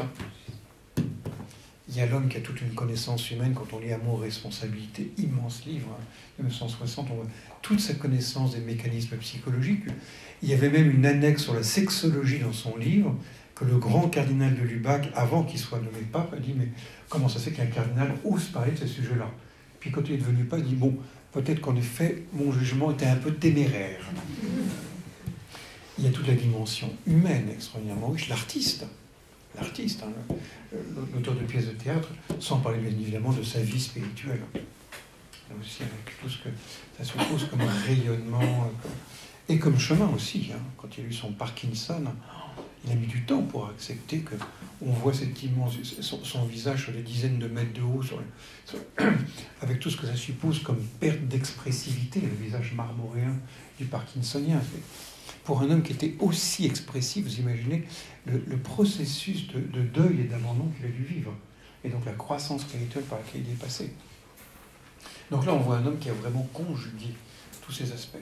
il y a l'homme qui a toute une connaissance humaine. Quand on lit Amour, responsabilité, immense livre, hein, mille neuf cent soixante, on voit toute sa connaissance des mécanismes psychologiques. Il y avait même une annexe sur la sexologie dans son livre, que le grand cardinal de Lubac, avant qu'il soit nommé pape, a dit « Mais comment ça se fait qu'un cardinal ose parler de ces sujets-là » Puis quand il est devenu pape, il dit « Bon, peut-être qu'en effet, mon jugement était un peu téméraire. » Il y a toute la dimension humaine extraordinairement riche, l'artiste. L'artiste, hein, l'auteur de pièces de théâtre, sans parler bien évidemment de sa vie spirituelle. Là aussi, avec tout ce que ça suppose comme rayonnement, comme... et comme chemin aussi. Hein. Quand il a eu son Parkinson, il a mis du temps pour accepter qu'on voit cette immense, son, son visage sur des dizaines de mètres de haut, sur le, sur, avec tout ce que ça suppose comme perte d'expressivité, le visage marmoréen du Parkinsonien. Pour un homme qui était aussi expressif, vous imaginez le, le processus de, de deuil et d'abandon qu'il a dû vivre, et donc la croissance spirituelle par laquelle il est passé. Donc là, on voit un homme qui a vraiment conjugué tous ces aspects.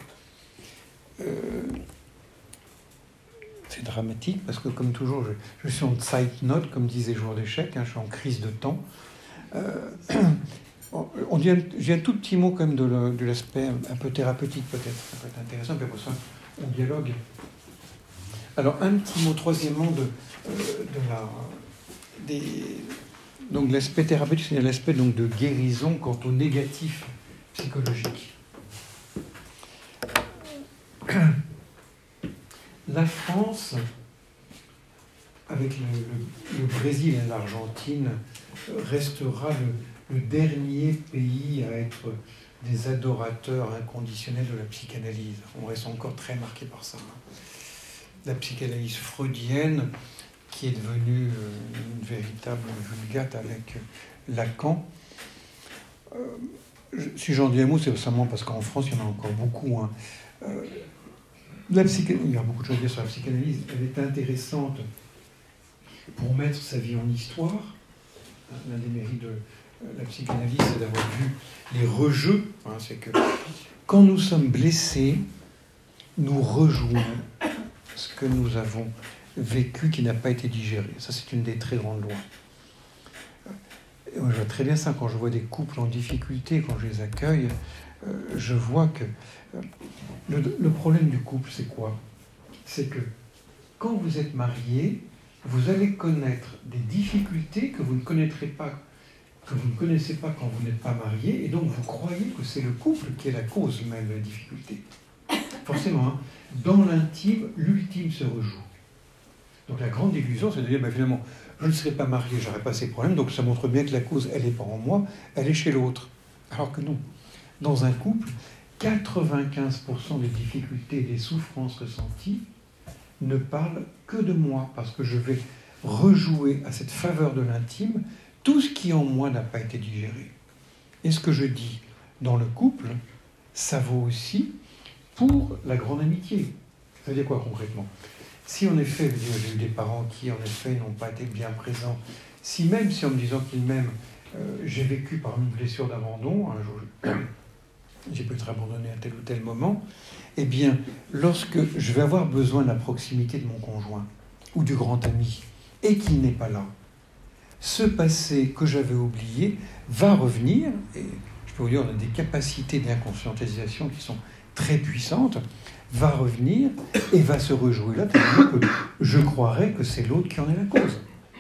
Euh, c'est dramatique, parce que comme toujours, je, je suis en Zeitnot, comme disait joueur d'échecs, hein, je suis en crise de temps. Euh, on dit un, j'ai un tout petit mot quand même de, le, de l'aspect un peu thérapeutique, peut-être, ça peut être intéressant, puis après ça, au dialogue. Alors, un petit mot troisièmement de, euh, de la, des, donc l'aspect thérapeutique, c'est l'aspect donc de guérison quant au négatif psychologique. La France, avec le, le, le Brésil et l'Argentine, restera le, le dernier pays à être des adorateurs inconditionnels de la psychanalyse. On reste encore très marqué par ça. La psychanalyse freudienne, qui est devenue une véritable vulgate avec Lacan. Euh, si j'en dis un mot, c'est seulement parce qu'en France, il y en a encore beaucoup. Hein. Euh, la psychanalyse, il y a beaucoup de choses à dire sur la psychanalyse. Elle est intéressante pour mettre sa vie en histoire. L'un des mérites de la psychanalyse, c'est d'avoir vu les rejeux. Hein, c'est que quand nous sommes blessés, nous rejouons ce que nous avons vécu qui n'a pas été digéré. Ça, c'est une des très grandes lois. Et moi, je vois très bien ça quand je vois des couples en difficulté, quand je les accueille, euh, je vois que euh, le, le problème du couple, c'est quoi? C'est que quand vous êtes mariés, vous allez connaître des difficultés que vous ne connaîtrez pas, que vous ne connaissez pas quand vous n'êtes pas mariés, et donc vous croyez que c'est le couple qui est la cause même de la difficulté. Forcément, hein, dans l'intime, l'ultime se rejoue. Donc la grande illusion, c'est de dire, ben, finalement, je ne serai pas marié, je n'aurai pas ces problèmes, donc ça montre bien que la cause, elle n'est pas en moi, elle est chez l'autre. Alors que non. Dans un couple, quatre-vingt-quinze pour cent des difficultés et des souffrances ressenties ne parlent que de moi, parce que je vais rejouer à cette faveur de l'intime tout ce qui en moi n'a pas été digéré. Et ce que je dis dans le couple, ça vaut aussi pour la grande amitié. Ça veut dire quoi concrètement? Si en effet, j'ai eu des parents qui en effet n'ont pas été bien présents, si même si en me disant qu'ils m'aiment, euh, j'ai vécu par une blessure d'abandon, un jour j'ai pu être abandonné à tel ou tel moment, eh bien, lorsque je vais avoir besoin de la proximité de mon conjoint ou du grand ami, et qu'il n'est pas là, ce passé que j'avais oublié va revenir, et je peux vous dire, on a des capacités d'inconscientisation qui sont très puissante, va revenir et va se rejouer là, tellement que je croirais que c'est l'autre qui en est la cause.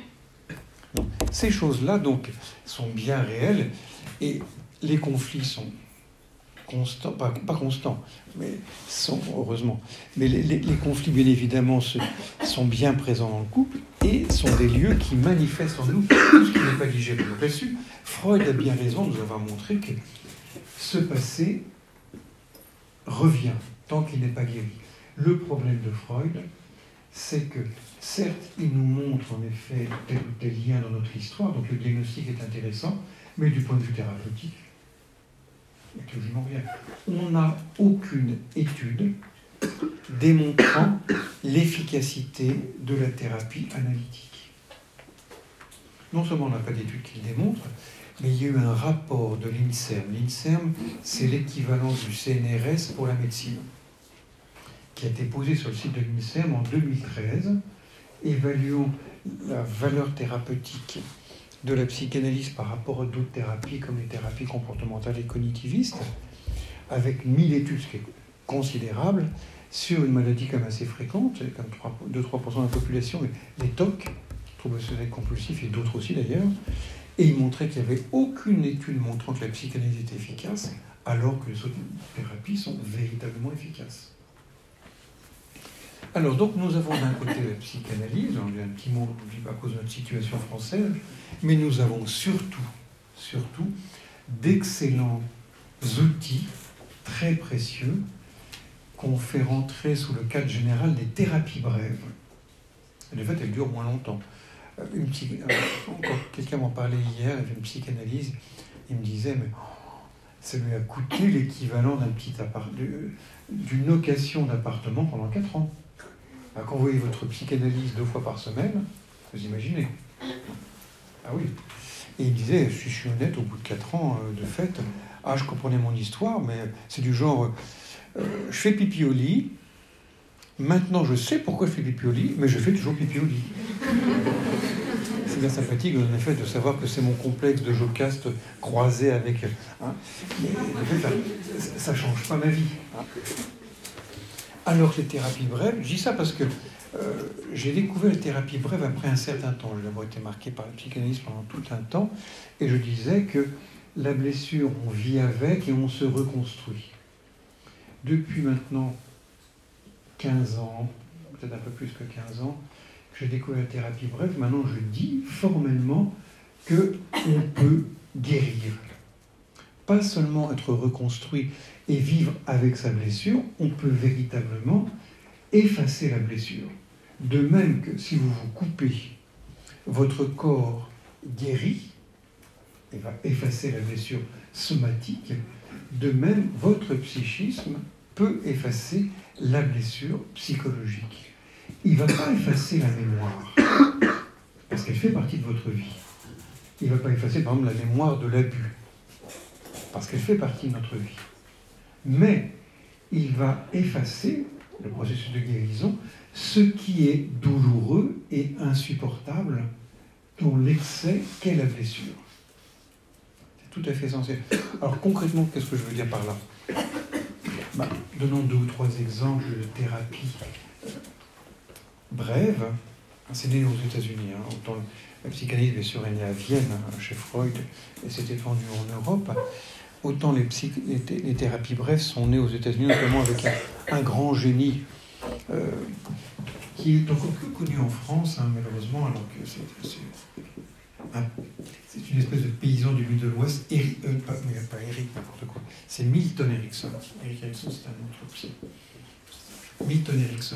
Donc, ces choses-là, donc, sont bien réelles, et les conflits sont constants, pas, pas constants, mais sont, heureusement, mais les, les, les conflits, bien évidemment, se, sont bien présents dans le couple, et sont des lieux qui manifestent en nous tout ce qui n'est pas digéré. Donc là-dessus, Freud a bien raison de nous avoir montré que ce passé revient tant qu'il n'est pas guéri. Le problème de Freud, c'est que, certes, il nous montre en effet tel ou tel lien dans notre histoire, donc le diagnostic est intéressant, mais du point de vue thérapeutique, il n'y a absolument rien. On n'a aucune étude démontrant l'efficacité de la thérapie analytique. Non seulement on n'a pas d'études qui le démontrent, mais il y a eu un rapport de l'INSERM. L'INSERM, c'est l'équivalent du C N R S pour la médecine, qui a été posé sur le site de l'INSERM en deux mille treize, évaluant la valeur thérapeutique de la psychanalyse par rapport à d'autres thérapies, comme les thérapies comportementales et cognitivistes, avec mille études, ce qui est considérable, sur une maladie quand même assez fréquente, comme deux à trois pour cent de la population, les T O C, troubles obsessionnels compulsifs, et d'autres aussi d'ailleurs, et il montrait qu'il n'y avait aucune étude montrant que la psychanalyse était efficace, alors que les autres thérapies sont véritablement efficaces. Alors, donc, nous avons d'un côté la psychanalyse, on a un petit mot à cause de notre situation française, mais nous avons surtout, surtout, d'excellents outils très précieux qu'on fait rentrer sous le cadre général des thérapies brèves. Et de fait, elles durent moins longtemps. Une psy... Encore quelqu'un m'en parlait hier, il avait une psychanalyse, il me disait, mais oh, ça lui a coûté l'équivalent d'un petit appart... d'une location d'appartement pendant quatre ans. Alors, quand vous voyez votre psychanalyse deux fois par semaine, vous imaginez. Ah oui. Et il disait, je suis honnête, au bout de quatre ans, euh, de fait, ah, je comprenais mon histoire, mais c'est du genre, euh, je fais pipi au lit, maintenant je sais pourquoi je fais pipi au lit, mais je fais toujours pipi au lit. C'est bien sympathique, en effet, de savoir que c'est mon complexe de Jocaste croisé avec... Hein, mais en fait, ça ne change pas ma vie. Hein. Alors les thérapies brèves, je dis ça parce que euh, j'ai découvert les thérapies brèves après un certain temps. J'ai d'abord été marqué par la psychanalyse pendant tout un temps, et je disais que la blessure, on vit avec et on se reconstruit. Depuis maintenant quinze ans, peut-être un peu plus que quinze ans, que j'ai découvert la thérapie brève, maintenant je dis formellement qu'on peut guérir. Pas seulement être reconstruit et vivre avec sa blessure, on peut véritablement effacer la blessure. De même que si vous vous coupez, votre corps guérit et va effacer la blessure somatique, de même votre psychisme peut effacer la blessure psychologique. Il ne va pas effacer la mémoire, parce qu'elle fait partie de votre vie. Il ne va pas effacer, par exemple, la mémoire de l'abus, parce qu'elle fait partie de notre vie. Mais il va effacer, le processus de guérison, ce qui est douloureux et insupportable dans l'excès qu'est la blessure. C'est tout à fait essentiel. Alors concrètement, qu'est-ce que je veux dire par là? Bah, donnons deux ou trois exemples de thérapie brève. C'est né aux États-Unis. Hein. Autant la psychanalyse, bien sûr, est née à Vienne, hein, chez Freud, et s'est étendue en Europe. Autant les, psych... les, th... les thérapies brèves sont nées aux États-Unis, notamment avec un, un grand génie euh, qui est encore peu connu en France, hein, malheureusement, alors que c'est, c'est, un... c'est une espèce de paysan du Milieu de l'Ouest. Eric... Euh, pas, mais pas Eric, n'importe quoi. C'est Milton Erickson. Eric Erickson, c'est un autre psy. Milton Erickson.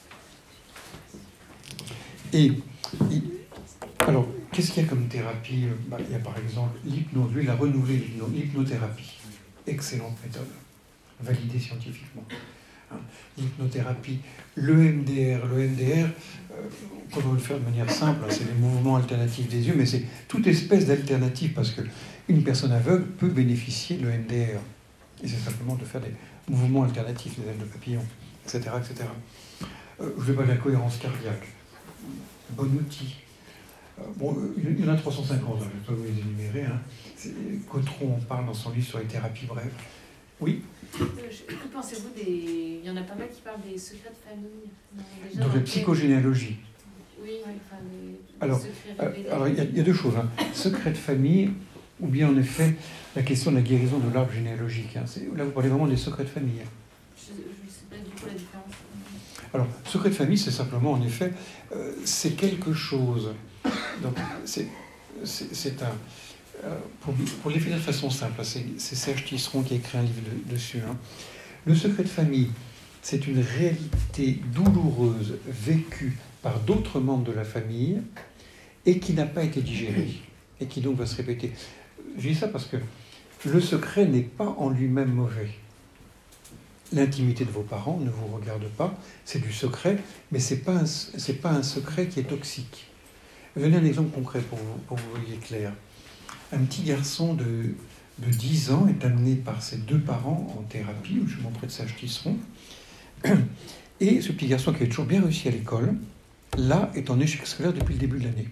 Et, et alors, qu'est-ce qu'il y a comme thérapie? Bah, il y a par exemple l'hypnose. Lui, il a renouvelé l'hypnothérapie. Excellente méthode, validée scientifiquement. Hein. L'hypnothérapie, l'E M D R. L'E M D R, euh, quand on veut le faire de manière simple, c'est les mouvements alternatifs des yeux, mais c'est toute espèce d'alternative, parce qu'une personne aveugle peut bénéficier de l'E M D R. Et c'est simplement de faire des mouvements alternatifs, des ailes de papillon, et cetera, et cetera. Euh, je vais parler de la cohérence cardiaque. Bon outil. Euh, bon, il y en a trois cent cinquante, hein, je ne vais pas vous les énumérer. Hein. Cotron en parle dans son livre sur les thérapies brèves. Oui. Euh, que pensez-vous des... Il y en a pas mal qui parlent des secrets de famille. Non, déjà, dans la psychogénéalogie. Oui, enfin, les... Alors, secrets alors il y, y a deux choses. Hein. Secret de famille, ou bien en effet la question de la guérison de l'arbre généalogique. Hein. Là, vous parlez vraiment des secrets de famille. Je ne sais pas du tout la différence. Alors, secret de famille, c'est simplement, en effet, euh, c'est quelque chose. Donc, c'est, c'est, c'est un... Euh, pour, pour les faire de façon simple, c'est, c'est Serge Tisseron qui a écrit un livre de, dessus. Hein. Le secret de famille, c'est une réalité douloureuse vécue par d'autres membres de la famille et qui n'a pas été digérée et qui donc va se répéter. Je dis ça parce que le secret n'est pas en lui-même mauvais. L'intimité de vos parents ne vous regarde pas, c'est du secret, mais ce n'est pas, pas un secret qui est toxique. Je vais donner un exemple concret pour vous, pour que vous voyez clair. Un petit garçon de, de dix ans est amené par ses deux parents en thérapie, je montrais de Serge Tisseron, et ce petit garçon qui avait toujours bien réussi à l'école, là, est en échec scolaire depuis le début de l'année.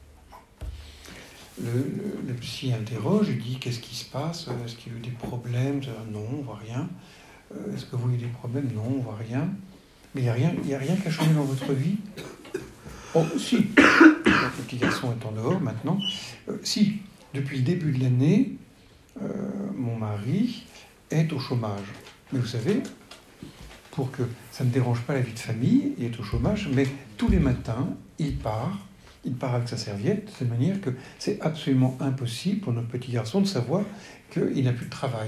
Le, le, le psy interroge, il dit « Qu'est-ce qui se passe? Est-ce qu'il y a eu des problèmes ?» Non, on ne voit rien. « Est-ce que vous avez des problèmes ?» Non, on ne voit rien. « Mais il n'y a rien, il y a rien qui a changé dans votre vie ?» Oh, si. Donc, le petit garçon est en dehors maintenant. Euh, si, depuis le début de l'année, euh, mon mari est au chômage. Mais vous savez, pour que ça ne dérange pas la vie de famille, il est au chômage, mais tous les matins, il part, il part avec sa serviette, de cette manière que c'est absolument impossible pour notre petit garçon de savoir qu'il n'a plus de travail.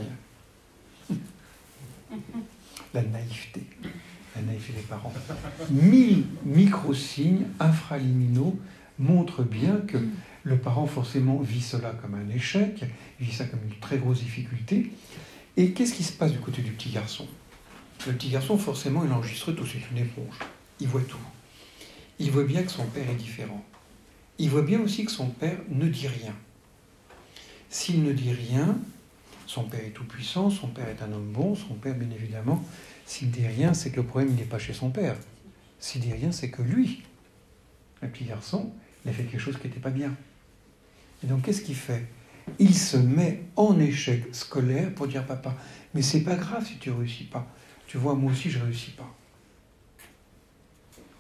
La naïveté. La naïveté des parents. Mille micro-signes infraliminaux montrent bien que le parent forcément vit cela comme un échec, vit ça comme une très grosse difficulté. Et qu'est-ce qui se passe du côté du petit garçon? Le petit garçon, forcément, il enregistre tout, c'est une éponge. Il voit tout. Il voit bien que son père est différent. Il voit bien aussi que son père ne dit rien. S'il ne dit rien, son père est tout-puissant, son père est un homme bon, son père, bien évidemment, s'il ne dit rien, c'est que le problème, il n'est pas chez son père. S'il ne dit rien, c'est que lui, un petit garçon, il a fait quelque chose qui n'était pas bien. Et donc, qu'est-ce qu'il fait? Il se met en échec scolaire pour dire « Papa, mais c'est pas grave si tu ne réussis pas. Tu vois, moi aussi, je ne réussis pas.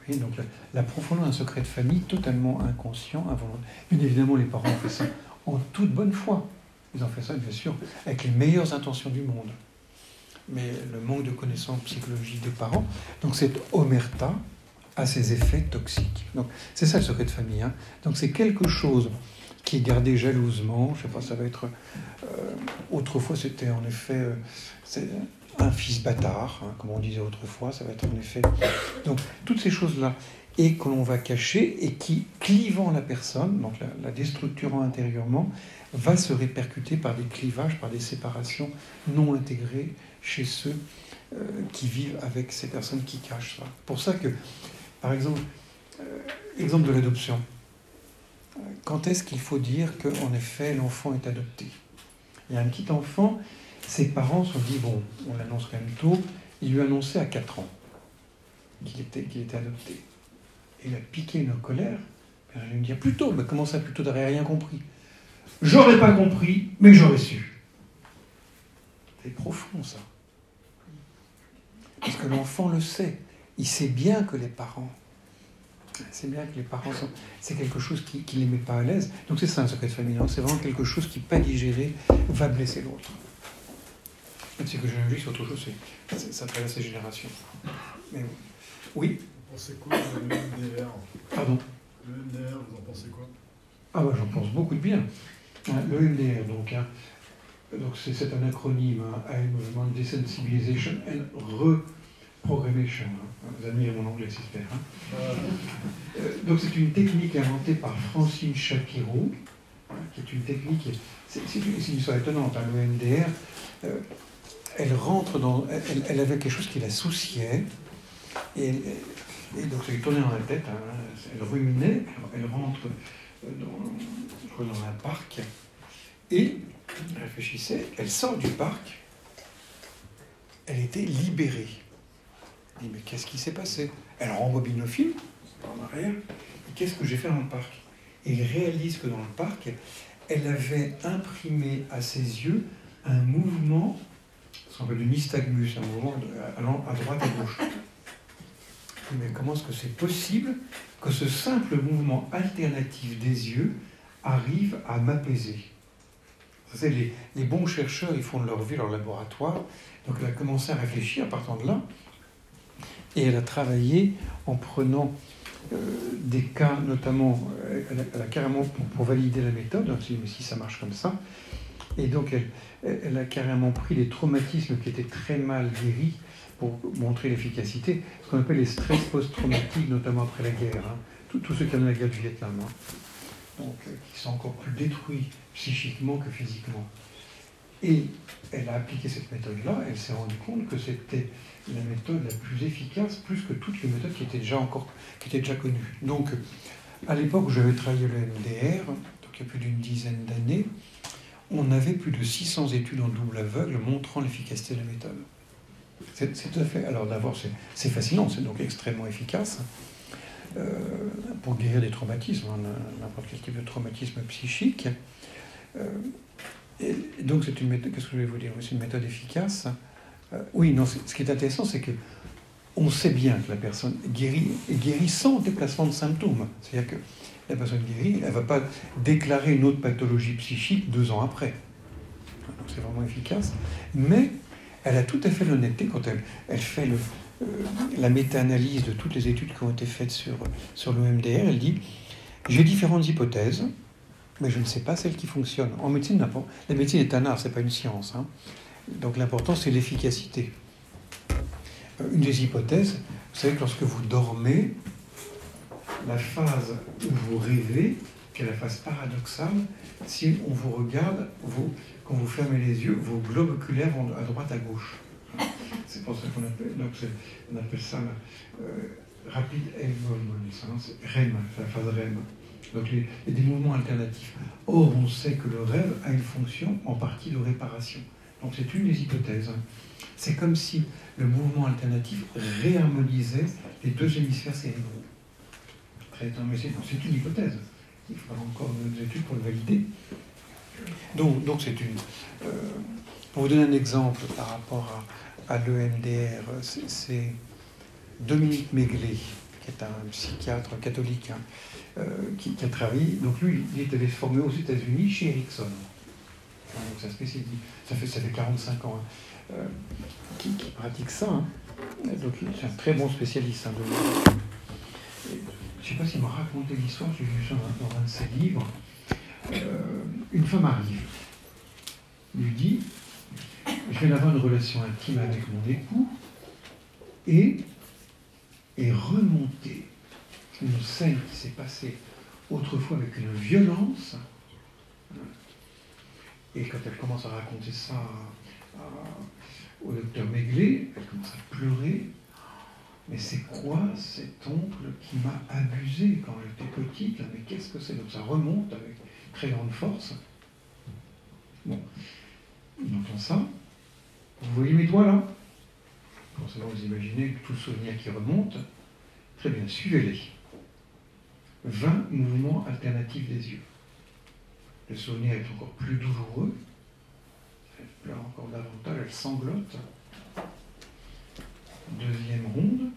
voyez, donc la, la profondeur d'un secret de famille totalement inconscient, involontaire. Bien évidemment, les parents ont fait ça en toute bonne foi. Ils ont fait ça, bien sûr, avec les meilleures intentions du monde. Mais le manque de connaissances psychologiques des parents, donc cette omerta a ses effets toxiques. Donc c'est ça le secret de famille. Hein. Donc c'est quelque chose qui est gardé jalousement. Je sais pas, ça va être... Euh, autrefois, c'était en effet... Euh, c'est un fils bâtard, hein, comme on disait autrefois, ça va être en effet... Donc toutes ces choses-là, et que l'on va cacher, et qui, clivant la personne, donc la, la déstructurant intérieurement, va se répercuter par des clivages, par des séparations non intégrées chez ceux euh, qui vivent avec ces personnes qui cachent ça. Pour ça que, par exemple, euh, exemple de l'adoption. Quand est-ce qu'il faut dire qu'en effet l'enfant est adopté? Il y a un petit enfant, ses parents se sont dit, bon, on l'annonce quand même tôt, il lui a annoncé à quatre ans qu'il était, qu'il était adopté. Et il a piqué une colère, il allait me dire, plus tôt, mais comment ça, plus tôt, t'aurais rien compris? J'aurais pas compris, mais j'aurais su. C'est profond, ça. Parce que l'enfant le sait. Il sait bien que les parents... C'est bien que les parents sont... C'est quelque chose qui ne les met pas à l'aise. Donc c'est ça, un secret de famille. C'est vraiment quelque chose qui, pas digéré, va blesser l'autre. La psychogénéalogie, c'est autre chose. C'est, ça traverse les générations. Mais oui. Vous pensez quoi de l'E M D R? Pardon? Le M D R, vous en pensez quoi? Ah bah j'en pense beaucoup de bien. Le M D R, donc, hein, donc c'est, c'est un acronyme, hein, High Movement Desensibilization and Reprogrammation. Hein. Vous admirez mon anglais, j'espère. Hein. Euh, donc c'est une technique inventée par Francine Shapiro, hein, qui est une technique, c'est, c'est, une, c'est une histoire étonnante. Hein. Le M D R, euh, elle rentre dans, elle, elle avait quelque chose qui la souciait, et, et donc ça lui tournait dans la tête, hein, elle ruminait, elle rentre dans, je crois dans un parc, et elle réfléchissait, elle sort du parc, elle était libérée. Elle dit, mais qu'est-ce qui s'est passé? Elle rembobine le film, en arrière, et qu'est-ce que j'ai fait dans le parc? Et il réalise que dans le parc, elle avait imprimé à ses yeux un mouvement, ce qu'on appelle du nystagmus, un mouvement allant à droite et à gauche. Mais comment est-ce que c'est possible que ce simple mouvement alternatif des yeux arrive à m'apaiser? Vous savez, les, les bons chercheurs, ils font de leur vie leur laboratoire. Donc elle a commencé à réfléchir partant de là. Et elle a travaillé en prenant euh, des cas, notamment, elle a, elle a carrément, pour, pour valider la méthode, elle s'est dit, mais si ça marche comme ça. Et donc elle, elle a carrément pris des traumatismes qui étaient très mal guéris pour montrer l'efficacité, ce qu'on appelle les stress post-traumatiques, notamment après la guerre, hein. Tous ceux qui ont eu la guerre du Vietnam, hein. Donc, euh, qui sont encore plus détruits psychiquement que physiquement. Et elle a appliqué cette méthode-là, elle s'est rendue compte que c'était la méthode la plus efficace, plus que toutes les méthodes qui étaient déjà, encore, qui étaient déjà connues. Donc, à l'époque où j'avais travaillé le M D R, donc il y a plus d'une dizaine d'années, on avait plus de six cents études en double aveugle montrant l'efficacité de la méthode. C'est, c'est tout à fait... Alors d'abord, c'est, c'est fascinant, c'est donc extrêmement efficace euh, pour guérir des traumatismes, hein, n'importe quel type de traumatisme psychique. Euh, et donc c'est une méthode... Qu'est-ce que je vais vous dire? C'est une méthode efficace. Euh, oui, non, c'est, ce qui est intéressant, c'est que on sait bien que la personne guérit, est guérie sans déplacement de symptômes. C'est-à-dire que la personne guérie, elle ne va pas déclarer une autre pathologie psychique deux ans après. Donc c'est vraiment efficace. Mais elle a tout à fait l'honnêteté quand elle, elle fait le, euh, la méta-analyse de toutes les études qui ont été faites sur, sur l'O M D R. Elle dit, j'ai différentes hypothèses, mais je ne sais pas celle qui fonctionne. En médecine, n'importe. La médecine est un art, c'est pas une science. Hein. Donc l'important, c'est l'efficacité. Une des hypothèses, vous savez que lorsque vous dormez, la phase où vous rêvez, qui est la phase paradoxale, si on vous regarde, vous, quand vous fermez les yeux, vos globes oculaires vont à droite, à gauche. C'est pour ça qu'on appelle, donc c'est, on appelle ça euh, rapid eye movement, c'est R E M, c'est la phase R E M. Donc il y a des mouvements alternatifs. Or, on sait que le rêve a une fonction en partie de réparation. Donc c'est une des hypothèses. C'est comme si le mouvement alternatif réharmonisait les deux hémisphères cérébraux. Très étonnant, mais c'est, c'est une hypothèse. Il faudra encore des études pour le valider. Donc, donc c'est une... Euh, pour vous donner un exemple par rapport à, à l'E M D R, c'est, c'est Dominique Méglet, qui est un psychiatre catholique, hein, euh, qui, qui a travaillé. Donc lui, il était formé aux États-Unis chez Erickson. Donc ça, ça, fait, ça fait quarante-cinq ans hein, euh, qui, qui pratique ça. Hein. Donc c'est un très bon spécialiste. Hein, de... Je ne sais pas s'il m'a raconté l'histoire, j'ai vu ça dans, dans un de ses livres. Euh, une femme arrive, lui dit « Je viens d'avoir une relation intime avec mon époux et, et remonter une scène qui s'est passée autrefois avec une violence. » Et quand elle commence à raconter ça à, à, au docteur Méglet, elle commence à pleurer. Mais c'est quoi cet oncle qui m'a abusé quand j'étais petite là? Mais qu'est-ce que c'est? Donc ça remonte avec très grande force. Bon, il entend ça. Vous voyez mes doigts là? Forcément, vous imaginez tout souvenir qui remonte. Très bien, suivez-les. vingt mouvements alternatifs des yeux. Le souvenir est encore plus douloureux. Elle pleure encore davantage, elle sanglote. Deuxième ronde.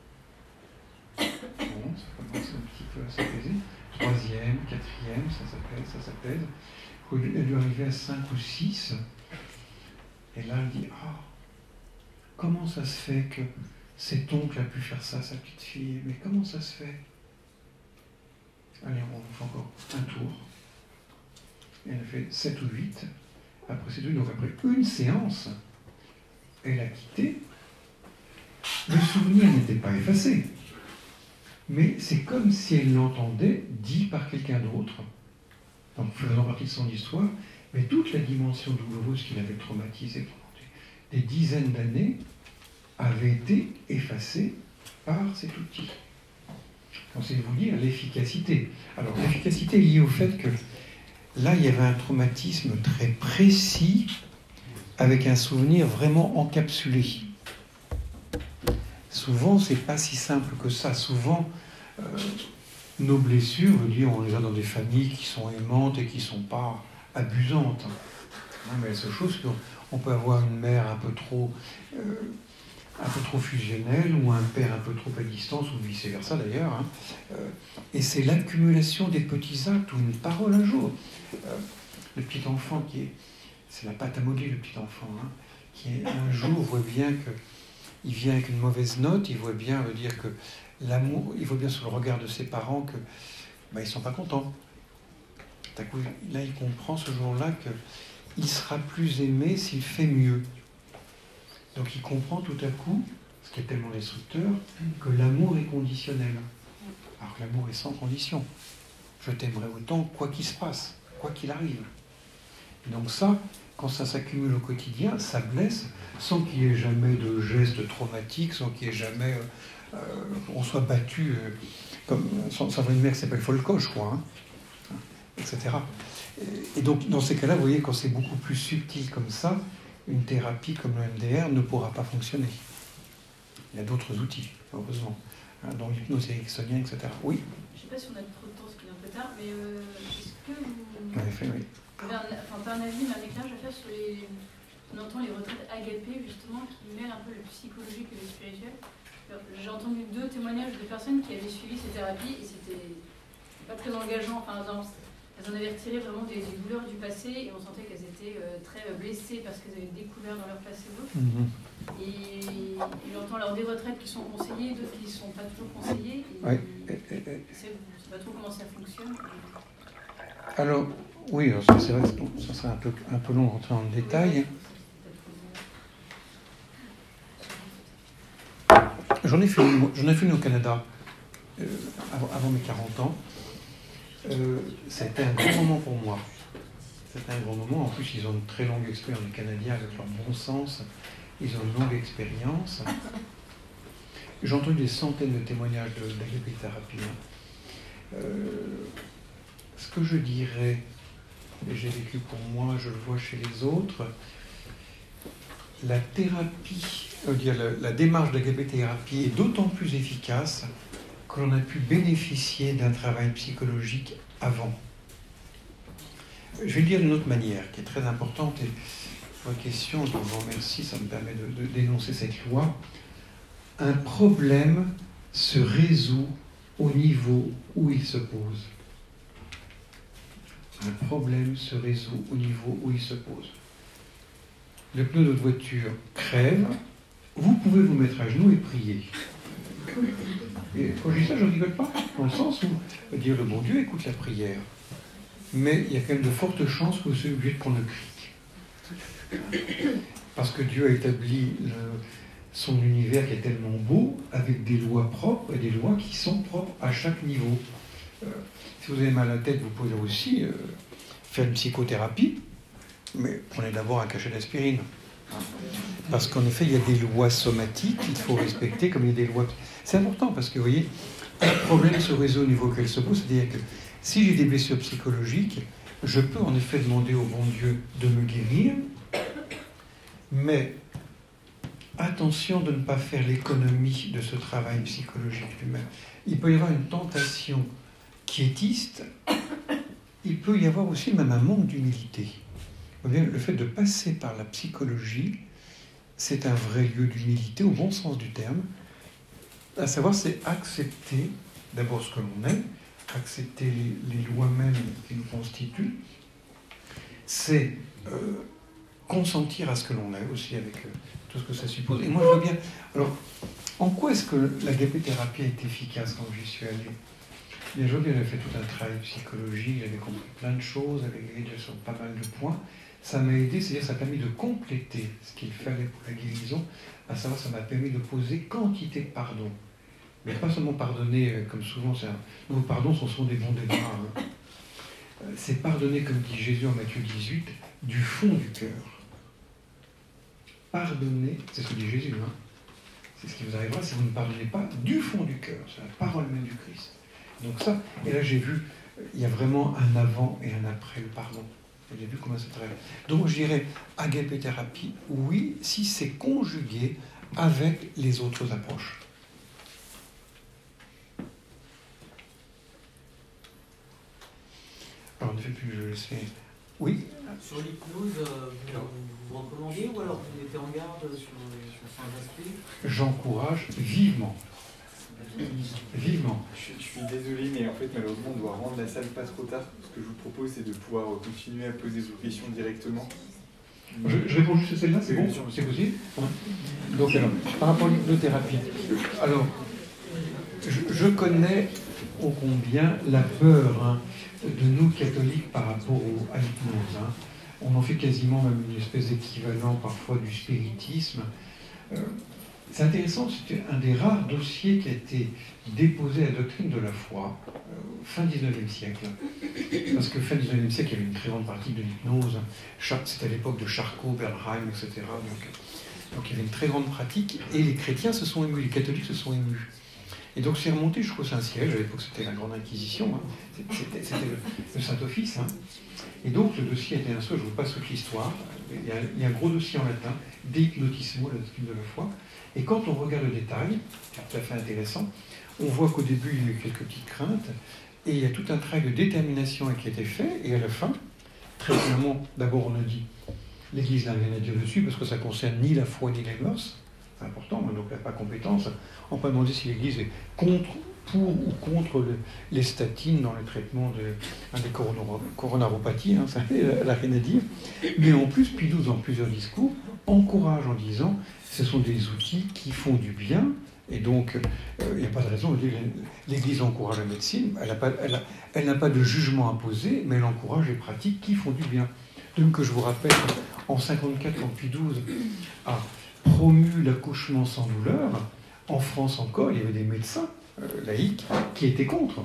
Bon, ça commence un petit peu à s'apaiser. Troisième, quatrième, ça s'apaise, ça s'apaise. Elle doit arriver à cinq ou six. Et là, elle dit, ah, comment ça se fait que cet oncle a pu faire ça à sa petite fille? Mais comment ça se fait? Allez, on fait encore un tour. Et elle fait sept ou huit. Après ces deux, donc après une séance, elle a quitté. Le souvenir n'était pas effacé. Mais c'est comme si elle l'entendait dit par quelqu'un d'autre, donc faisant partie de son histoire, mais toute la dimension douloureuse qui l'avait traumatisée pendant des dizaines d'années avait été effacée par cet outil. Donc c'est vous dire l'efficacité. Alors l'efficacité est liée au fait que là, il y avait un traumatisme très précis, avec un souvenir vraiment encapsulé. Souvent, c'est pas si simple que ça. Souvent, euh, nos blessures, je veux dire, on les a dans des familles qui sont aimantes et qui ne sont pas abusantes. Non, mais la seule chose, c'est qu'on peut avoir une mère un peu trop, euh, un peu trop fusionnelle ou un père un peu trop à distance, ou vice-versa d'ailleurs. Hein. Euh, et c'est l'accumulation des petits actes ou une parole un jour. Euh, le petit enfant qui est... C'est la pâte à modeler, le petit enfant, hein, qui un jour voit bien que il vient avec une mauvaise note, il voit bien veut dire que l'amour, il voit bien sur le regard de ses parents que bah, ils ne sont pas contents. D'un coup, là, il comprend ce jour-là qu'il sera plus aimé s'il fait mieux. Donc il comprend tout à coup, ce qui est tellement destructeur, que l'amour est conditionnel. Alors que l'amour est sans condition. Je t'aimerai autant quoi qu'il se passe, quoi qu'il arrive. Et donc ça, quand ça s'accumule au quotidien, ça blesse, sans qu'il n'y ait jamais de gestes traumatiques, sans qu'il n'y ait jamais... Euh, on soit battu, euh, comme ça va une mère qui s'appelle Folco, je crois, hein, et cetera. Et, et donc, dans ces cas-là, vous voyez, quand c'est beaucoup plus subtil comme ça, une thérapie comme le M D R ne pourra pas fonctionner. Il y a d'autres outils, heureusement, hein, dont l'hypnose ericksonienne, et cetera. Oui. Je ne sais pas si on a trop de temps, ce qui est un peu tard, mais euh, est-ce que vous... En effet, oui. Vous avez un, enfin, pas un avis, mais un éclairage à faire sur les... On entend les retraites agapées, justement, qui mêlent un peu le psychologique et le spirituel. J'ai entendu deux témoignages de personnes qui avaient suivi ces thérapies, et c'était pas très engageant. Enfin, dans, elles en avaient retiré vraiment des, des douleurs du passé, et on sentait qu'elles étaient euh, très blessées parce qu'elles avaient découvert dans leur passé d'autres. Mm-hmm. Et, et j'entends alors des retraites qui sont conseillées, d'autres qui ne sont pas toujours conseillées. Et, ouais. et, et, et... Je ne sais pas trop comment ça fonctionne. Alors, oui, c'est vrai que ça serait un peu, un peu long de rentrer en détail. J'en ai fait une, j'en ai fait une au Canada euh, avant, avant mes quarante ans. Euh, c'était un grand moment pour moi. C'était un grand moment. En plus, ils ont une très longue expérience, les Canadiens, avec leur bon sens. Ils ont une longue expérience. J'ai entendu des centaines de témoignages de d'agapithérapie. Euh, ce que je dirais, et j'ai vécu pour moi, je le vois chez les autres, la thérapie, euh, dire, la, la démarche d'agapithérapie est d'autant plus efficace que l'on a pu bénéficier d'un travail psychologique avant. Je vais le dire d'une autre manière, qui est très importante, et votre question, je vous remercie, ça me permet de, de dénoncer cette loi. Un problème se résout au niveau où il se pose. Un problème se résout au niveau où il se pose. Le pneu de votre voiture crève, vous pouvez vous mettre à genoux et prier. Et quand je dis ça, je ne rigole pas, dans le sens où dire le bon Dieu écoute la prière. Mais il y a quand même de fortes chances que vous soyez obligé de prendre le cric. Parce que Dieu a établi le, son univers qui est tellement beau, avec des lois propres et des lois qui sont propres à chaque niveau. Euh, si vous avez mal à la tête, vous pouvez aussi euh, faire une psychothérapie, mais prenez d'abord un cachet d'aspirine. Parce qu'en effet, il y a des lois somatiques qu'il faut respecter, comme il y a des lois... C'est important, parce que, vous voyez, un problème se résout au niveau auquel se pose, c'est-à-dire que si j'ai des blessures psychologiques, je peux en effet demander au bon Dieu de me guérir, mais attention de ne pas faire l'économie de ce travail psychologique lui-même. Il peut y avoir une tentation quiétiste, il peut y avoir aussi même un manque d'humilité. Le fait de passer par la psychologie, c'est un vrai lieu d'humilité au bon sens du terme, à savoir c'est accepter d'abord ce que l'on est, accepter les, les lois mêmes qui nous constituent, c'est euh, consentir à ce que l'on est aussi avec euh, tout ce que ça suppose. Et moi je vois bien, alors en quoi est-ce que l'agapé-thérapie a été efficace quand j'y suis allé? Bien, je vois bien, j'avais fait tout un travail psychologique, j'avais compris plein de choses, j'avais guéri sur pas mal de points. Ça m'a aidé, c'est-à-dire ça m'a permis de compléter ce qu'il fallait pour la guérison, à savoir ça m'a permis de poser quantité de pardon. Mais pas seulement pardonner, comme souvent, c'est un... nos pardons sont souvent des bons débats. Hein. C'est pardonner, comme dit Jésus en Matthieu dix-huit, du fond du cœur. Pardonner, c'est ce que dit Jésus, hein. C'est ce qui vous arrivera si vous ne pardonnez pas du fond du cœur. C'est la parole même du Christ. Donc ça, et là j'ai vu, il y a vraiment un avant et un après le pardon. J'ai vu comment ça travaille. Donc je dirais, agapé-thérapie, oui, si c'est conjugué avec les autres approches. Alors en effet, plus je laisse faire. Oui. Sur l'hypnose, vous, vous recommandez ou alors vous mettez en garde sur, sur certains aspects? J'encourage vivement. Vivement. Je, je suis désolé, mais en fait, malheureusement, on doit rendre la salle pas trop tard. Ce que je vous propose, c'est de pouvoir continuer à poser vos questions directement. Je, je réponds juste à celle-là, c'est bon? C'est possible? Donc, alors, par rapport à l'hypnothérapie, alors, je, je connais ô combien la peur hein, de nous catholiques par rapport au, à l'hypnose. Hein. On en fait quasiment même une espèce d'équivalent parfois du spiritisme. Euh, C'est intéressant, c'était un des rares dossiers qui a été déposé à la doctrine de la foi, euh, fin dix-neuvième siècle. Parce que fin dix-neuvième siècle, il y avait une très grande pratique de l'hypnose. C'était à l'époque de Charcot, Bernheim, et cetera. Donc, donc il y avait une très grande pratique, et les chrétiens se sont émus, les catholiques se sont émus. Et donc c'est remonté jusqu'au Saint-Siège, à l'époque c'était la Grande Inquisition, hein. C'était, c'était le, le Saint-Office. Hein. Et donc le dossier a été instruit, je vous passe toute l'histoire, il y, a, il y a un gros dossier en latin, De hypnotismo, la doctrine de la foi. Et quand on regarde le détail, c'est tout à fait intéressant, on voit qu'au début, il y a eu quelques petites craintes, et il y a tout un travail de détermination qui a été fait, et à la fin, très clairement, d'abord on a dit, l'Église n'a rien à dire dessus, parce que ça ne concerne ni la foi ni les mœurs, c'est important, donc elle n'a pas compétence. On peut demander si l'Église est contre, pour ou contre le, les statines dans le traitement de, hein, des coronaropathies, hein, ça elle n'a rien à dire. Mais en plus, Pie douze, dans plusieurs discours, encourage en disant ce sont des outils qui font du bien, et donc il euh, n'y a pas de raison de dire l'Église encourage la médecine, elle n'a pas, elle a, elle n'a pas de jugement imposé, mais elle encourage les pratiques qui font du bien. Donc que je vous rappelle, en cinquante-quatre, quand Pie douze a promu l'accouchement sans douleur, en France encore, il y avait des médecins euh, laïcs qui étaient contre.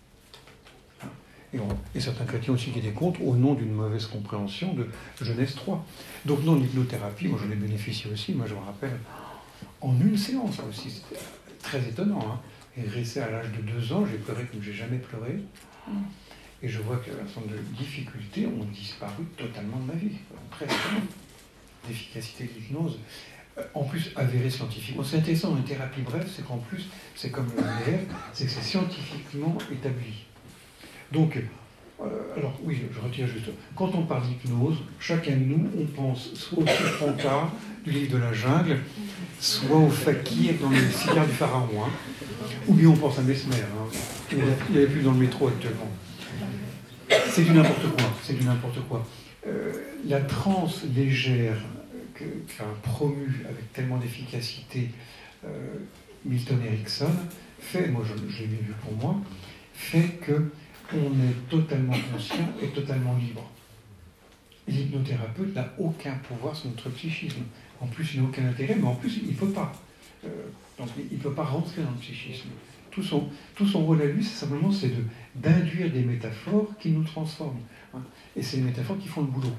Et, on, et certains chrétiens aussi qui étaient contre au nom d'une mauvaise compréhension de Genèse trois. Donc non, l'hypnothérapie, moi j'en ai bénéficié aussi, moi je me rappelle, en une séance aussi, c'était très étonnant. Hein. Régressé à l'âge de deux ans, j'ai pleuré comme j'ai jamais pleuré. Et je vois qu'un certain nombre de difficultés ont disparu totalement de ma vie. Très étonnant. L'efficacité de l'hypnose, en plus avérée scientifiquement. C'est intéressant dans une thérapie brève, c'est qu'en plus, c'est comme le M D R, c'est que c'est scientifiquement établi. Donc, euh, alors oui, je, je retire juste. Quand on parle d'hypnose, chacun de nous, on pense soit au Franca du livre de la jungle, soit au fakir dans les cigares du pharaon. Hein. Ou bien on pense à Mesmer, hein. Il n'y avait plus dans le métro actuellement. C'est du n'importe quoi, c'est du n'importe quoi. Euh, la transe légère qu'a promue avec tellement d'efficacité euh, Milton Erickson fait, moi je, je l'ai vu pour moi, fait qu'on est totalement conscient et totalement libre. L'hypnothérapeute n'a aucun pouvoir sur notre psychisme. En plus, il n'a aucun intérêt, mais en plus, il ne peut pas. Euh, donc, il ne peut pas rentrer dans le psychisme. Tout son, tout son rôle à lui, c'est simplement c'est de, d'induire des métaphores qui nous transforment. Hein. Et c'est les métaphores qui font le boulot.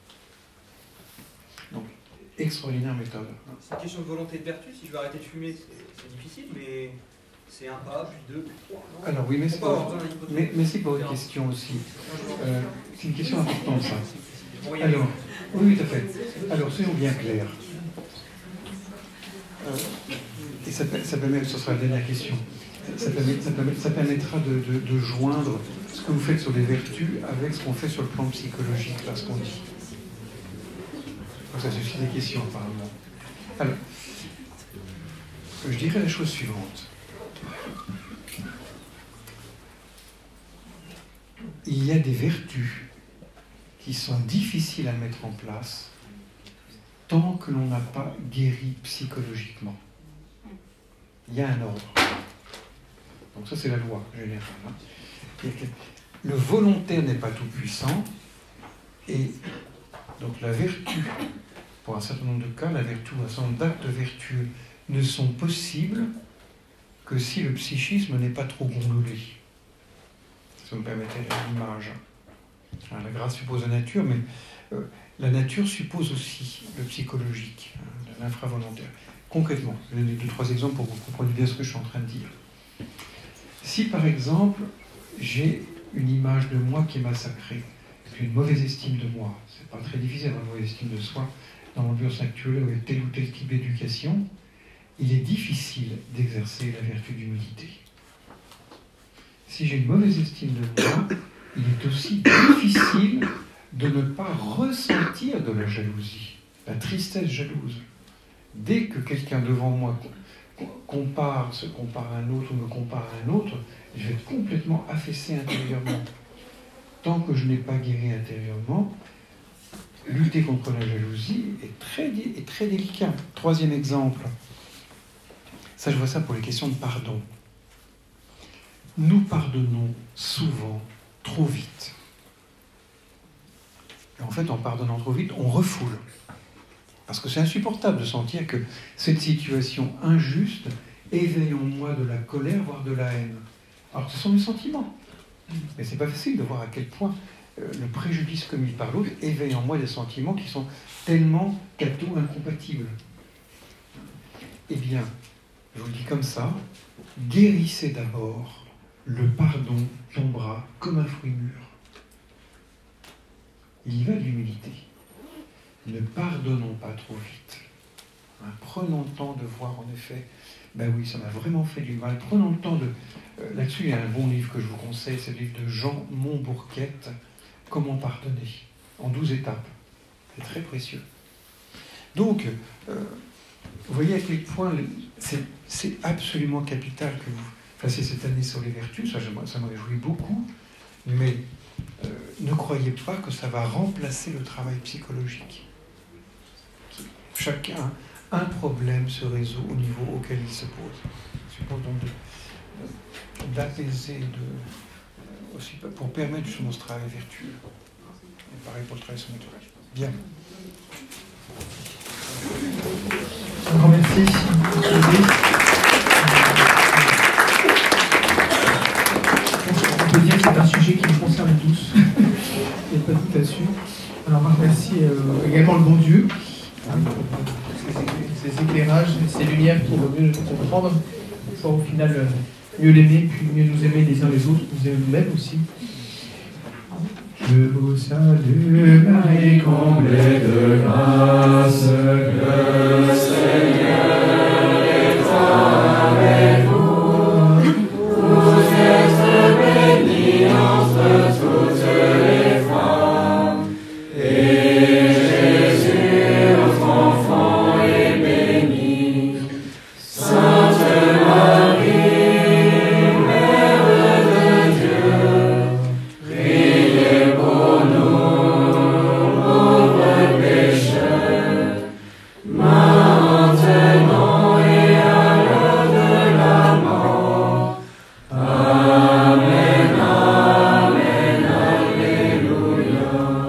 Donc, extraordinaire méthode. C'est une question de volonté de vertu. Si je veux arrêter de fumer, c'est, c'est difficile, mais c'est un pas, puis deux, puis trois. Non, alors oui, mais c'est, pas, mais, mais c'est pas votre question aussi. Euh, c'est une question importante, ça. Alors, oui, tout à fait. Alors, soyons bien clairs. Euh, et ça, ça permet, ce sera la dernière question. Ça, permet, ça, permet, ça permettra de, de, de joindre ce que vous faites sur les vertus avec ce qu'on fait sur le plan psychologique, là, ce qu'on dit. Donc ça suscite des questions, apparemment. Alors, je dirais la chose suivante. Il y a des vertus qui sont difficiles à mettre en place tant que l'on n'a pas guéri psychologiquement. Il y a un ordre. Donc ça, c'est la loi générale. Hein. Le volontaire n'est pas tout puissant, et donc la vertu, pour un certain nombre de cas, la vertu, un certain nombre d'actes vertueux ne sont possibles que si le psychisme n'est pas trop gondolé. Ça me permettait l'image. Hein, la grâce suppose la nature, mais euh, la nature suppose aussi le psychologique, hein, l'infravolontaire. Concrètement, je vais donner deux, trois exemples pour que vous compreniez bien ce que je suis en train de dire. Si par exemple, j'ai une image de moi qui est massacrée, j'ai une mauvaise estime de moi, c'est pas très difficile d'avoir une mauvaise estime de soi dans l'ambiance actuelle avec tel ou tel type d'éducation, il est difficile d'exercer la vertu d'humilité. Si j'ai une mauvaise estime de moi, il est aussi difficile de ne pas ressentir de la jalousie, la tristesse jalouse. Dès que quelqu'un devant moi compare, se compare à un autre ou me compare à un autre, je vais être complètement affaissé intérieurement. Tant que je n'ai pas guéri intérieurement, lutter contre la jalousie est très, est très délicat. Troisième exemple, ça je vois ça pour les questions de pardon. Nous pardonnons souvent trop vite. Et en fait, en pardonnant trop vite, on refoule. Parce que c'est insupportable de sentir que cette situation injuste éveille en moi de la colère, voire de la haine. Alors ce sont des sentiments. Mais c'est pas facile de voir à quel point euh, le préjudice commis par l'autre éveille en moi des sentiments qui sont tellement catho-incompatibles. Eh bien, je vous le dis comme ça, guérissez d'abord, le pardon tombera comme un fruit mûr. Il y va de l'humilité. Ne pardonnons pas trop vite. Hein, prenons le temps de voir en effet, ben oui, ça m'a vraiment fait du mal. Prenons le temps de... Euh, là-dessus, il y a un bon livre que je vous conseille, c'est le livre de Jean Montbourquette, Comment pardonner, en douze étapes. C'est très précieux. Donc, euh, vous voyez à quel point c'est, c'est absolument capital que vous fassiez cette année sur les vertus, ça, ça me réjouit beaucoup, mais euh, ne croyez pas que ça va remplacer le travail psychologique. Chacun, un problème se résout au niveau auquel il se pose. Je suppose donc de, d'apaiser, de, aussi pour permettre justement ce travail vertueux. Et pareil pour le travail sur le naturel. Bien. Un grand merci. On peut dire que c'est un sujet qui nous concerne tous. Il n'y a pas de doute là-dessus. Alors, je remercie euh, également le bon Dieu. Hein, ces éclairages, ces lumières qui vont mieux nous comprendre, pour au final mieux l'aimer, puis mieux nous aimer les uns les autres, nous aimer nous-mêmes aussi. Je vous salue, Marie comblée de grâce.